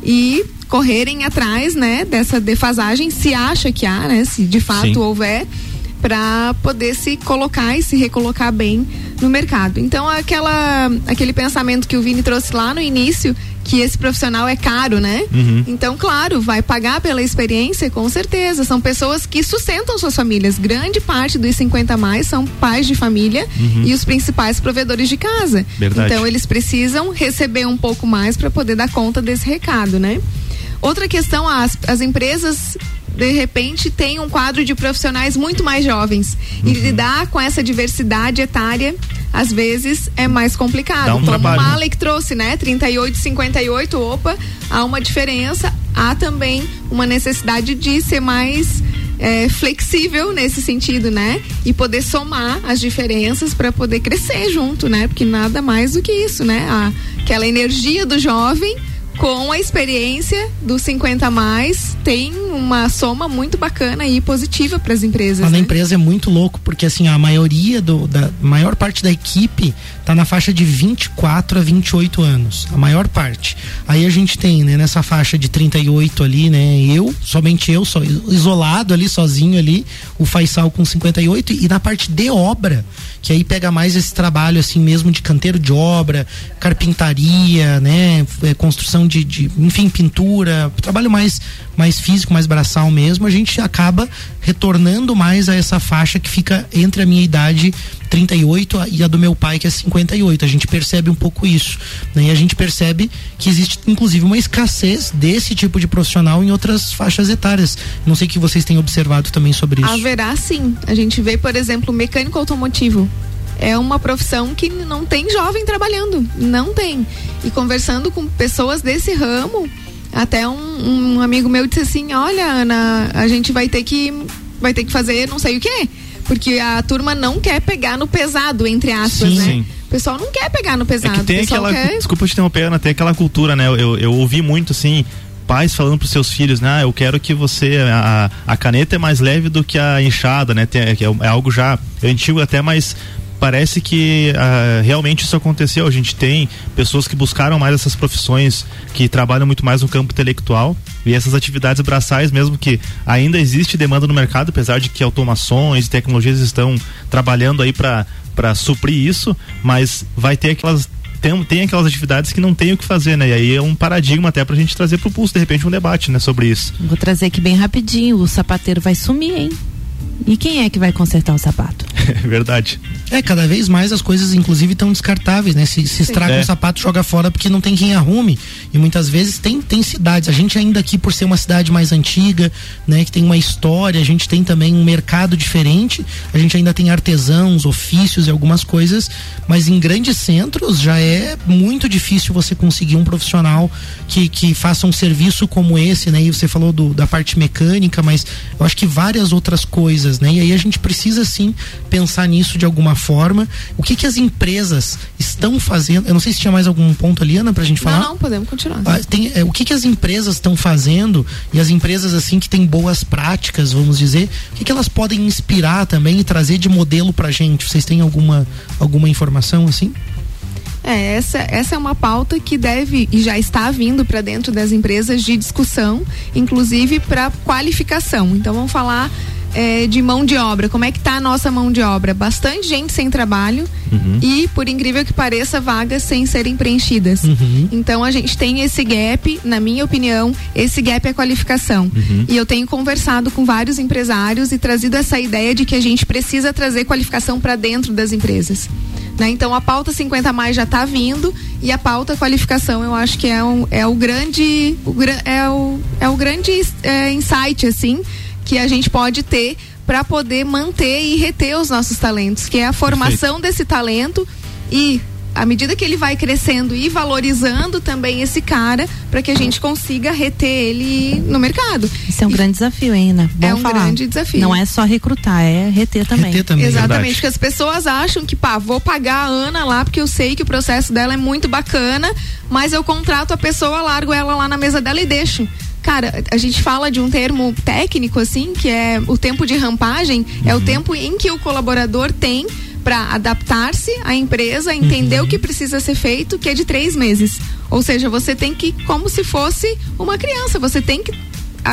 e correrem atrás, né, dessa defasagem, se acha que há, né, se de fato houver, para poder se colocar e se recolocar bem no mercado. Então aquele pensamento que o Vini trouxe lá no início, que esse profissional é caro, né? Então, claro, vai pagar pela experiência, com certeza. São pessoas que sustentam suas famílias. Grande parte dos 50 a mais são pais de família e os principais provedores de casa. Verdade. Então, eles precisam receber um pouco mais para poder dar conta desse recado, né? Outra questão, as empresas de repente tem um quadro de profissionais muito mais jovens e lidar com essa diversidade etária às vezes é mais complicado. Como o Malek trouxe, né? 38, 58, opa, há uma diferença, há também uma necessidade de ser mais flexível nesse sentido, né? E poder somar as diferenças para poder crescer junto, né? Porque nada mais do que isso, né? Aquela energia do jovem com a experiência dos 50 a mais, tem uma soma muito bacana e positiva para as empresas. Na empresa é muito louco, porque assim, a maioria maior parte da equipe tá na faixa de 24 a 28 anos, a maior parte. Aí a gente tem, né, nessa faixa de 38 ali, né, somente eu, só isolado ali, sozinho ali, o Faisal com 58, e na parte de obra, que aí pega mais esse trabalho assim mesmo de canteiro de obra, carpintaria, né, construção enfim, pintura, trabalho mais físico, mais braçal mesmo, a gente acaba retornando mais a essa faixa que fica entre a minha idade 38 e a do meu pai, que é 58. A gente percebe um pouco isso, né? E a gente percebe que existe inclusive uma escassez desse tipo de profissional em outras faixas etárias. Não sei o que vocês têm observado também sobre isso. Haverá sim. A gente vê, por exemplo, mecânico automotivo. É uma profissão que não tem jovem trabalhando, não tem. E conversando com pessoas desse ramo, até um amigo meu disse assim: olha, Ana, a gente vai ter que fazer não sei o quê, porque a turma não quer pegar no pesado, entre aspas, né? Sim. O pessoal não quer pegar no pesado. É que tem desculpa te interromper, Ana, tem aquela cultura, né? Eu ouvi muito assim, pais falando pros seus filhos, né? Eu quero que você, a caneta é mais leve do que a enxada, né? É algo já antigo até, mas parece que realmente isso aconteceu. A gente tem pessoas que buscaram mais essas profissões, que trabalham muito mais no campo intelectual, e essas atividades braçais, mesmo que ainda existe demanda no mercado, apesar de que automações e tecnologias estão trabalhando aí para suprir isso, mas vai ter tem aquelas atividades que não tem o que fazer, né? E aí é um paradigma até pra gente trazer pro pulso, de repente, um debate, né, sobre isso. Vou trazer aqui bem rapidinho, o sapateiro vai sumir, hein? E quem é que vai consertar o sapato? Verdade. Cada vez mais as coisas, inclusive, estão descartáveis, né? Se estraga um sapato, joga fora porque não tem quem arrume. E muitas vezes tem cidades. A gente ainda aqui, por ser uma cidade mais antiga, né? Que tem uma história, a gente tem também um mercado diferente. A gente ainda tem artesãos, ofícios e algumas coisas. Mas em grandes centros já é muito difícil você conseguir um profissional que faça um serviço como esse, né? E você falou da parte mecânica, mas eu acho que várias outras coisas, empresas, né? E aí a gente precisa sim pensar nisso de alguma forma. O que as empresas estão fazendo? Eu não sei se tinha mais algum ponto ali, Ana, pra gente falar. Não, podemos continuar. O que as empresas estão fazendo, e as empresas assim que têm boas práticas, vamos dizer, o que elas podem inspirar também e trazer de modelo pra gente? Vocês têm alguma informação assim? Essa é uma pauta que deve e já está vindo para dentro das empresas de discussão, inclusive para qualificação. Então vamos falar de mão de obra. Como é que está a nossa mão de obra? Bastante gente sem trabalho e, por incrível que pareça, vagas sem serem preenchidas. Então a gente tem esse gap, na minha opinião, esse gap é a qualificação. E eu tenho conversado com vários empresários e trazido essa ideia de que a gente precisa trazer qualificação para dentro das empresas. Então a pauta 50+ já está vindo e a pauta qualificação eu acho que é o grande insight assim que a gente pode ter para poder manter e reter os nossos talentos, que é a formação desse talento e à medida que ele vai crescendo e valorizando também esse cara para que a gente consiga reter ele no mercado. Isso é um grande desafio, hein, Ana? É um grande desafio. Não é só recrutar, é reter também. Exatamente, porque as pessoas acham que, vou pagar a Ana lá porque eu sei que o processo dela é muito bacana, mas eu contrato a pessoa, largo ela lá na mesa dela e deixo. Cara, a gente fala de um termo técnico assim, que é o tempo de rampagem, é o tempo em que o colaborador tem para adaptar-se à empresa, entender o que precisa ser feito, que é de 3 meses. Ou seja, você tem que, como se fosse uma criança, você tem que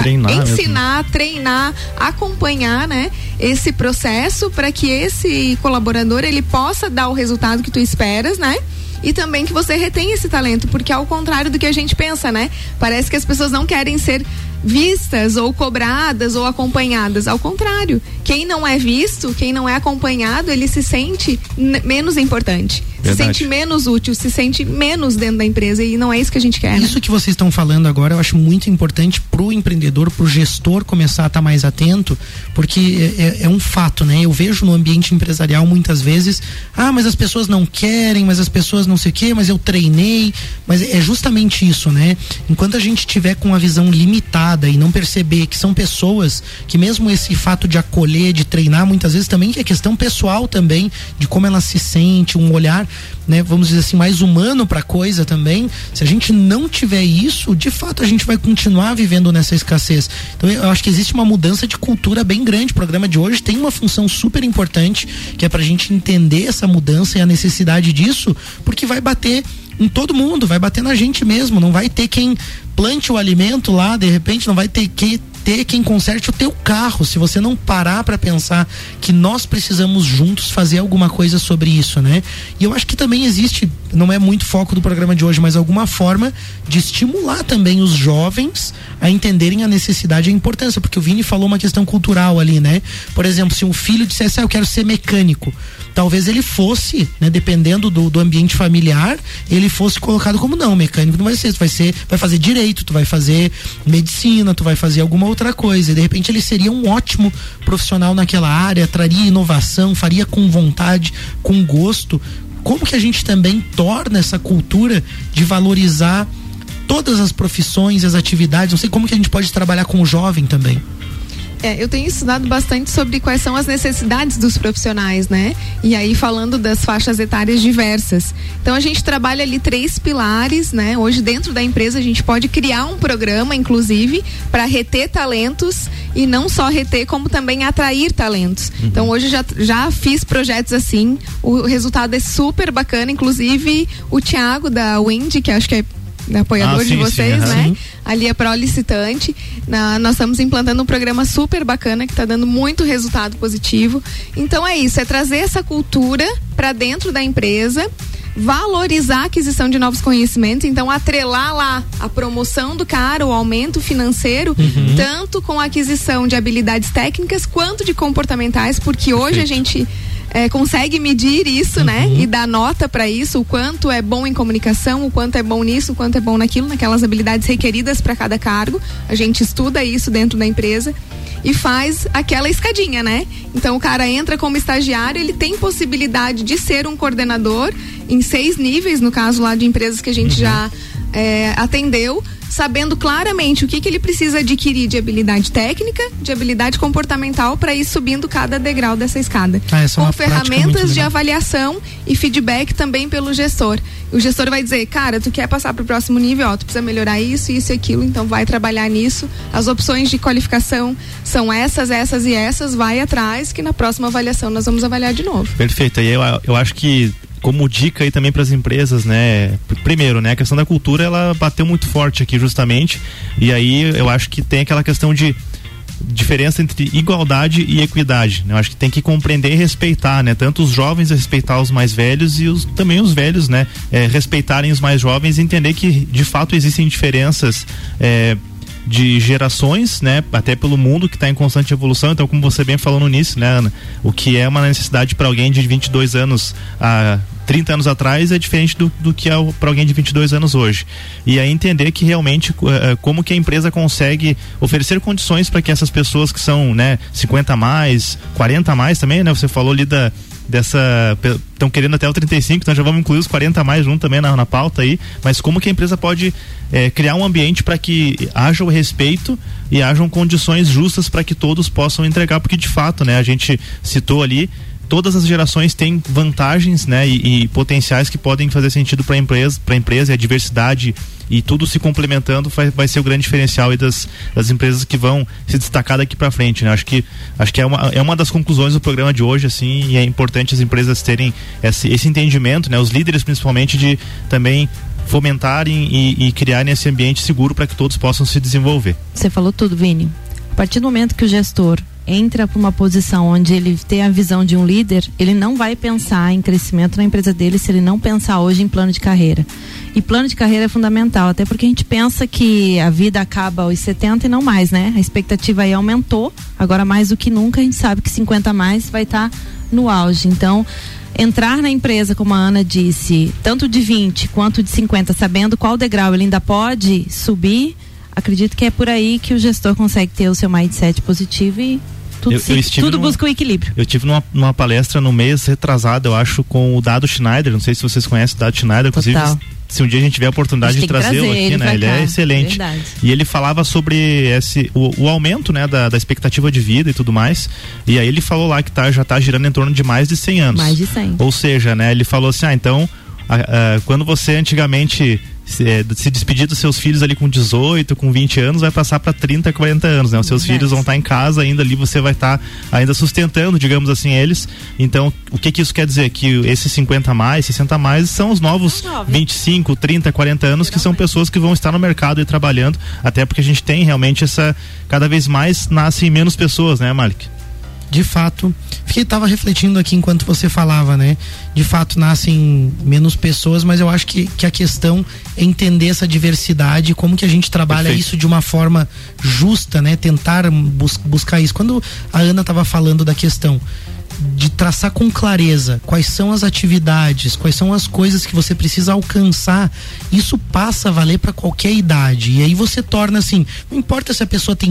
ensinar, treinar, acompanhar, né, esse processo para que esse colaborador ele possa dar o resultado que tu esperas, né? E também que você retenha esse talento, porque ao contrário do que a gente pensa, né? Parece que as pessoas não querem ser vistas ou cobradas ou acompanhadas. Ao contrário, quem não é visto, quem não é acompanhado, ele se sente menos importante. Se sente menos útil, se sente menos dentro da empresa e não é isso que a gente quer. Isso, né? Que vocês estão falando agora eu acho muito importante pro empreendedor, pro gestor começar a estar mais atento, porque é um fato, né? Eu vejo no ambiente empresarial muitas vezes, mas as pessoas não querem, mas as pessoas não sei o quê, mas eu treinei, mas é justamente isso, né? Enquanto a gente tiver com a visão limitada e não perceber que são pessoas que mesmo esse fato de acolher, de treinar, muitas vezes também que é questão pessoal também, de como ela se sente, um olhar, né, vamos dizer assim, mais humano pra coisa também. Se a gente não tiver isso, de fato a gente vai continuar vivendo nessa escassez. Então eu acho que existe uma mudança de cultura bem grande. O programa de hoje tem uma função super importante, que é pra gente entender essa mudança e a necessidade disso, porque vai bater em todo mundo, vai bater na gente mesmo. Não vai ter quem plante o alimento lá, de repente não vai ter quem conserte o teu carro, se você não parar para pensar que nós precisamos juntos fazer alguma coisa sobre isso, né? E eu acho que também existe, não é muito foco do programa de hoje, mas alguma forma de estimular também os jovens a entenderem a necessidade e a importância, porque o Vini falou uma questão cultural ali, né? Por exemplo, se um filho dissesse, eu quero ser mecânico, talvez ele fosse, né, dependendo do ambiente familiar, ele fosse colocado como não, mecânico não vai ser, tu vai fazer direito, tu vai fazer medicina, tu vai fazer alguma outra coisa, e de repente ele seria um ótimo profissional naquela área, traria inovação, faria com vontade, com gosto. Como que a gente também torna essa cultura de valorizar todas as profissões, as atividades, não sei como que a gente pode trabalhar com o jovem também. Eu tenho estudado bastante sobre quais são as necessidades dos profissionais, né? E aí falando das faixas etárias diversas. Então a gente trabalha ali 3 pilares, né? Hoje dentro da empresa a gente pode criar um programa, inclusive, para reter talentos e não só reter, como também atrair talentos. Então hoje já fiz projetos assim, o resultado é super bacana, inclusive o Thiago da Wendy, que acho que é apoiador de vocês, né? Sim. Ali é pró-licitante. Nós estamos implantando um programa super bacana que está dando muito resultado positivo. Então é isso, é trazer essa cultura para dentro da empresa, valorizar a aquisição de novos conhecimentos, então atrelar lá a promoção do cara, o aumento financeiro, tanto com a aquisição de habilidades técnicas quanto de comportamentais, porque hoje a gente consegue medir isso, né? E dar nota para isso, o quanto é bom em comunicação, o quanto é bom nisso, o quanto é bom naquilo, naquelas habilidades requeridas para cada cargo. A gente estuda isso dentro da empresa e faz aquela escadinha, né? Então o cara entra como estagiário, ele tem possibilidade de ser um coordenador em 6 níveis, no caso lá de empresas que a gente já atendeu, sabendo claramente o que ele precisa adquirir de habilidade técnica, de habilidade comportamental para ir subindo cada degrau dessa escada. Com ferramentas de avaliação e feedback também pelo gestor. O gestor vai dizer, cara, tu quer passar para o próximo nível, tu precisa melhorar isso e aquilo, então vai trabalhar nisso. As opções de qualificação são essas e essas, vai atrás que na próxima avaliação nós vamos avaliar de novo. Perfeito, e eu acho que como dica aí também para as empresas, né? Primeiro, né? A questão da cultura, ela bateu muito forte aqui justamente, e aí eu acho que tem aquela questão de diferença entre igualdade e equidade, né? Eu acho que tem que compreender e respeitar, né? Tanto os jovens respeitar os mais velhos e também os velhos, né? Respeitarem os mais jovens e entender que de fato existem diferenças de gerações, né? Até pelo mundo que está em constante evolução. Então, como você bem falou no início, né, Ana? O que é uma necessidade para alguém de 22 anos há 30 anos atrás é diferente do que é para alguém de 22 anos hoje. E aí entender que realmente como que a empresa consegue oferecer condições para que essas pessoas que são, né, 50 a mais, 40 a mais também, né? Você falou ali estão querendo até o 35, então já vamos incluir os 40 a mais junto também na pauta aí, mas como que a empresa pode criar um ambiente para que haja o respeito e hajam condições justas para que todos possam entregar, porque de fato, né, a gente citou ali, todas as gerações têm vantagens, né, e potenciais que podem fazer sentido para a empresa, e a diversidade e tudo se complementando vai ser o grande diferencial aí das empresas que vão se destacar daqui para frente, né? Acho que é uma das conclusões do programa de hoje, assim, e é importante as empresas terem esse entendimento, né? Os líderes principalmente, de também fomentarem e criarem esse ambiente seguro para que todos possam se desenvolver. Você falou tudo, Vini. A partir do momento que o gestor entra para uma posição onde ele tem a visão de um líder, ele não vai pensar em crescimento na empresa dele se ele não pensar hoje em plano de carreira. E plano de carreira é fundamental, até porque a gente pensa que a vida acaba aos 70 e não mais, né? A expectativa aí aumentou, agora mais do que nunca a gente sabe que 50 a mais vai estar no auge. Então, entrar na empresa, como a Ana disse, tanto de 20 quanto de 50, sabendo qual degrau ele ainda pode subir, acredito que é por aí que o gestor consegue ter o seu mindset positivo e tudo busca o equilíbrio. Eu tive numa palestra no mês retrasado, eu acho, com o Dado Schneider, não sei se vocês conhecem o Dado Schneider, inclusive se um dia a gente tiver a oportunidade de trazê-lo aqui, né? Ele é excelente. Verdade. E ele falava sobre o aumento, né, da expectativa de vida e tudo mais. E aí ele falou lá que já tá girando em torno de mais de 100 anos. Mais de 100. Ou seja, né, ele falou assim, então, quando você antigamente se despedir dos seus filhos ali com 18, com 20 anos, vai passar para 30, 40 anos, né? Os seus filhos vão estar em casa ainda ali, você vai estar ainda sustentando, digamos assim, eles. Então, o que isso quer dizer? Que esses 50 a mais, 60 a mais são os novos 25, 30, 40 anos, que são pessoas que vão estar no mercado e trabalhando, até porque a gente tem realmente cada vez mais nascem menos pessoas, né, Malik? De fato, estava refletindo aqui enquanto você falava, né? De fato nascem menos pessoas, mas eu acho que a questão é entender essa diversidade, como que a gente trabalha isso de uma forma justa, né? Tentar buscar isso. Quando a Ana estava falando da questão de traçar com clareza quais são as atividades, quais são as coisas que você precisa alcançar, isso passa a valer para qualquer idade. E aí você torna assim, não importa se a pessoa tem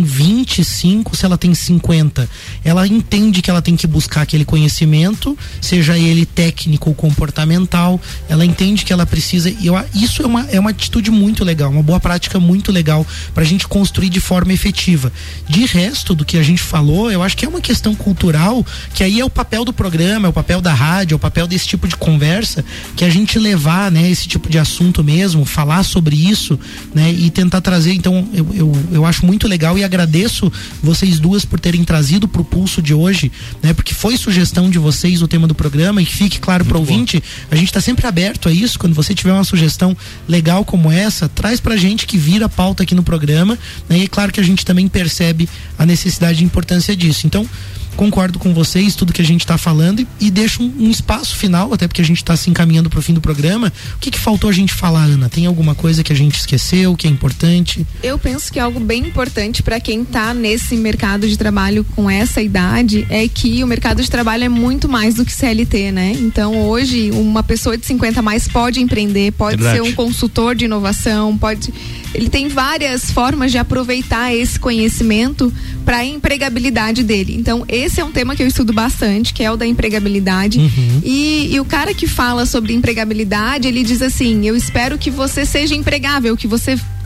25, se ela tem 50, ela entende que ela tem que buscar aquele conhecimento, seja ele técnico ou comportamental, ela entende que ela precisa, e isso é uma atitude muito legal, uma boa prática muito legal pra gente construir de forma efetiva. De resto do que a gente falou, eu acho que é uma questão cultural, que aí é o papel do programa, é o papel da rádio, é o papel desse tipo de conversa, que a gente levar, né, esse tipo de assunto mesmo, falar sobre isso, né, e tentar trazer. Então eu acho muito legal e agradeço vocês duas por terem trazido pro Pulso de hoje, né, porque foi sugestão de vocês o tema do programa, e fique claro pro ouvinte, a gente tá sempre aberto a isso. Quando você tiver uma sugestão legal como essa, traz pra gente, que vira pauta aqui no programa, né, e é claro que a gente também percebe a necessidade e importância disso. Então, concordo com vocês, tudo que a gente está falando, e deixo um espaço final, até porque a gente está se encaminhando para o fim do programa. O que faltou a gente falar, Ana? Tem alguma coisa que a gente esqueceu, que é importante? Eu penso que algo bem importante para quem está nesse mercado de trabalho com essa idade é que o mercado de trabalho é muito mais do que CLT, né? Então hoje uma pessoa de 50 a mais pode empreender, pode ser um consultor de inovação, ele tem várias formas de aproveitar esse conhecimento para a empregabilidade dele. Então esse é um tema que eu estudo bastante, que é o da empregabilidade. E o cara que fala sobre empregabilidade, ele diz assim: eu espero que você seja empregável, que você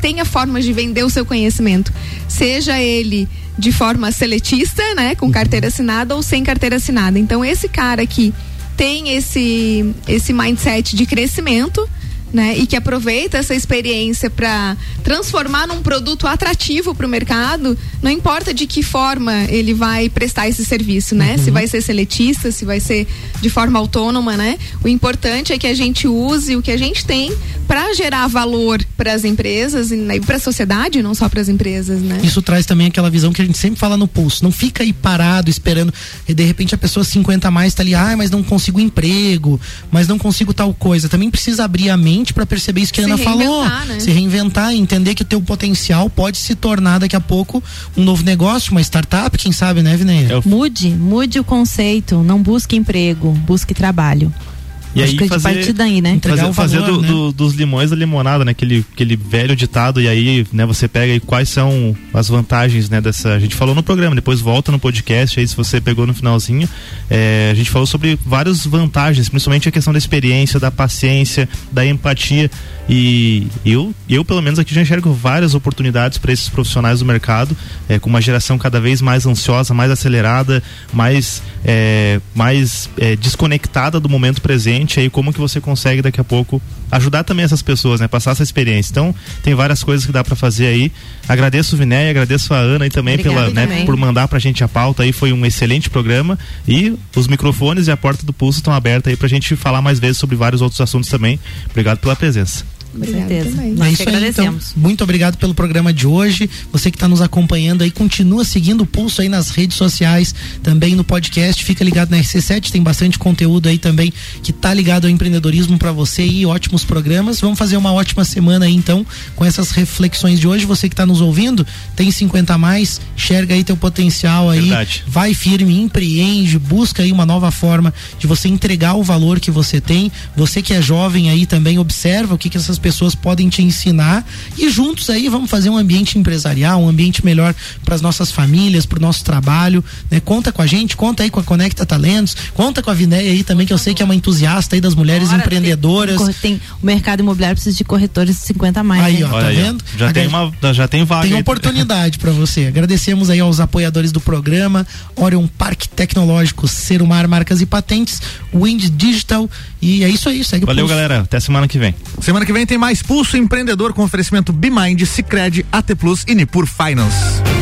tenha formas de vender o seu conhecimento, seja ele de forma seletista, né, com carteira assinada ou sem carteira assinada. Então esse cara que tem esse mindset de crescimento, né, e que aproveita essa experiência para transformar num produto atrativo para o mercado, não importa de que forma ele vai prestar esse serviço, né? Se vai ser seletista, se vai ser de forma autônoma, né? O importante é que a gente use o que a gente tem para gerar valor para as empresas e para a sociedade, não só para as empresas, né? Isso traz também aquela visão que a gente sempre fala no Pulso. Não fica aí parado esperando e de repente a pessoa 50 a mais tá ali, mas não consigo emprego, mas não consigo tal coisa. Também precisa abrir a mente para perceber isso que a Ana falou, né? Se reinventar e entender que o teu potencial pode se tornar daqui a pouco um novo negócio, uma startup, quem sabe, né, Vineia? Mude o conceito, não busque emprego, busque trabalho. E aí partir daí, né? Fazer dos limões da limonada, né? Aquele velho ditado, e aí, né, você pega aí quais são as vantagens, né, dessa. A gente falou no programa, depois volta no podcast aí, se você pegou no finalzinho. A gente falou sobre várias vantagens, principalmente a questão da experiência, da paciência, da empatia. E eu pelo menos aqui já enxergo várias oportunidades para esses profissionais do mercado, com uma geração cada vez mais ansiosa, mais acelerada, mais desconectada do momento presente. Aí como que você consegue daqui a pouco ajudar também essas pessoas, né? Passar essa experiência. Então tem várias coisas que dá pra fazer aí. Agradeço o Vineia, agradeço a Ana aí também por mandar pra gente a pauta aí. Foi um excelente programa e os microfones e a porta do Pulso estão abertas aí pra gente falar mais vezes sobre vários outros assuntos também. Obrigado pela presença. Com certeza. Nós que agradecemos. Então, muito obrigado pelo programa de hoje. Você que está nos acompanhando aí, continua seguindo o Pulso aí nas redes sociais, também no podcast. Fica ligado na RC7, tem bastante conteúdo aí também que tá ligado ao empreendedorismo para você e ótimos programas. Vamos fazer uma ótima semana aí então com essas reflexões de hoje. Você que está nos ouvindo, tem 50 a mais, enxerga aí teu potencial aí. Verdade. Vai firme, empreende, busca aí uma nova forma de você entregar o valor que você tem. Você que é jovem aí também observa o que essas pessoas podem te ensinar e juntos aí vamos fazer um ambiente empresarial, um ambiente melhor para as nossas famílias, para o nosso trabalho, né? Conta com a gente, conta aí com a Conecta Talentos, conta com a Vineia aí também, que eu sei que é uma entusiasta aí das mulheres empreendedoras. O mercado imobiliário precisa de corretores de 50 a mais. Aí, né? ó, tá vendo? Já tem vaga. Tem oportunidade para você. Agradecemos aí aos apoiadores do programa, Orion Parque Tecnológico, Serumar Marcas e Patentes, Wind Digital, e é isso aí, segue o Valeu, Pulso. galera, até semana que vem. Semana que vem tem mais Pulso Empreendedor com oferecimento Bimind, Sicredi, AT Plus e Nipur Finance.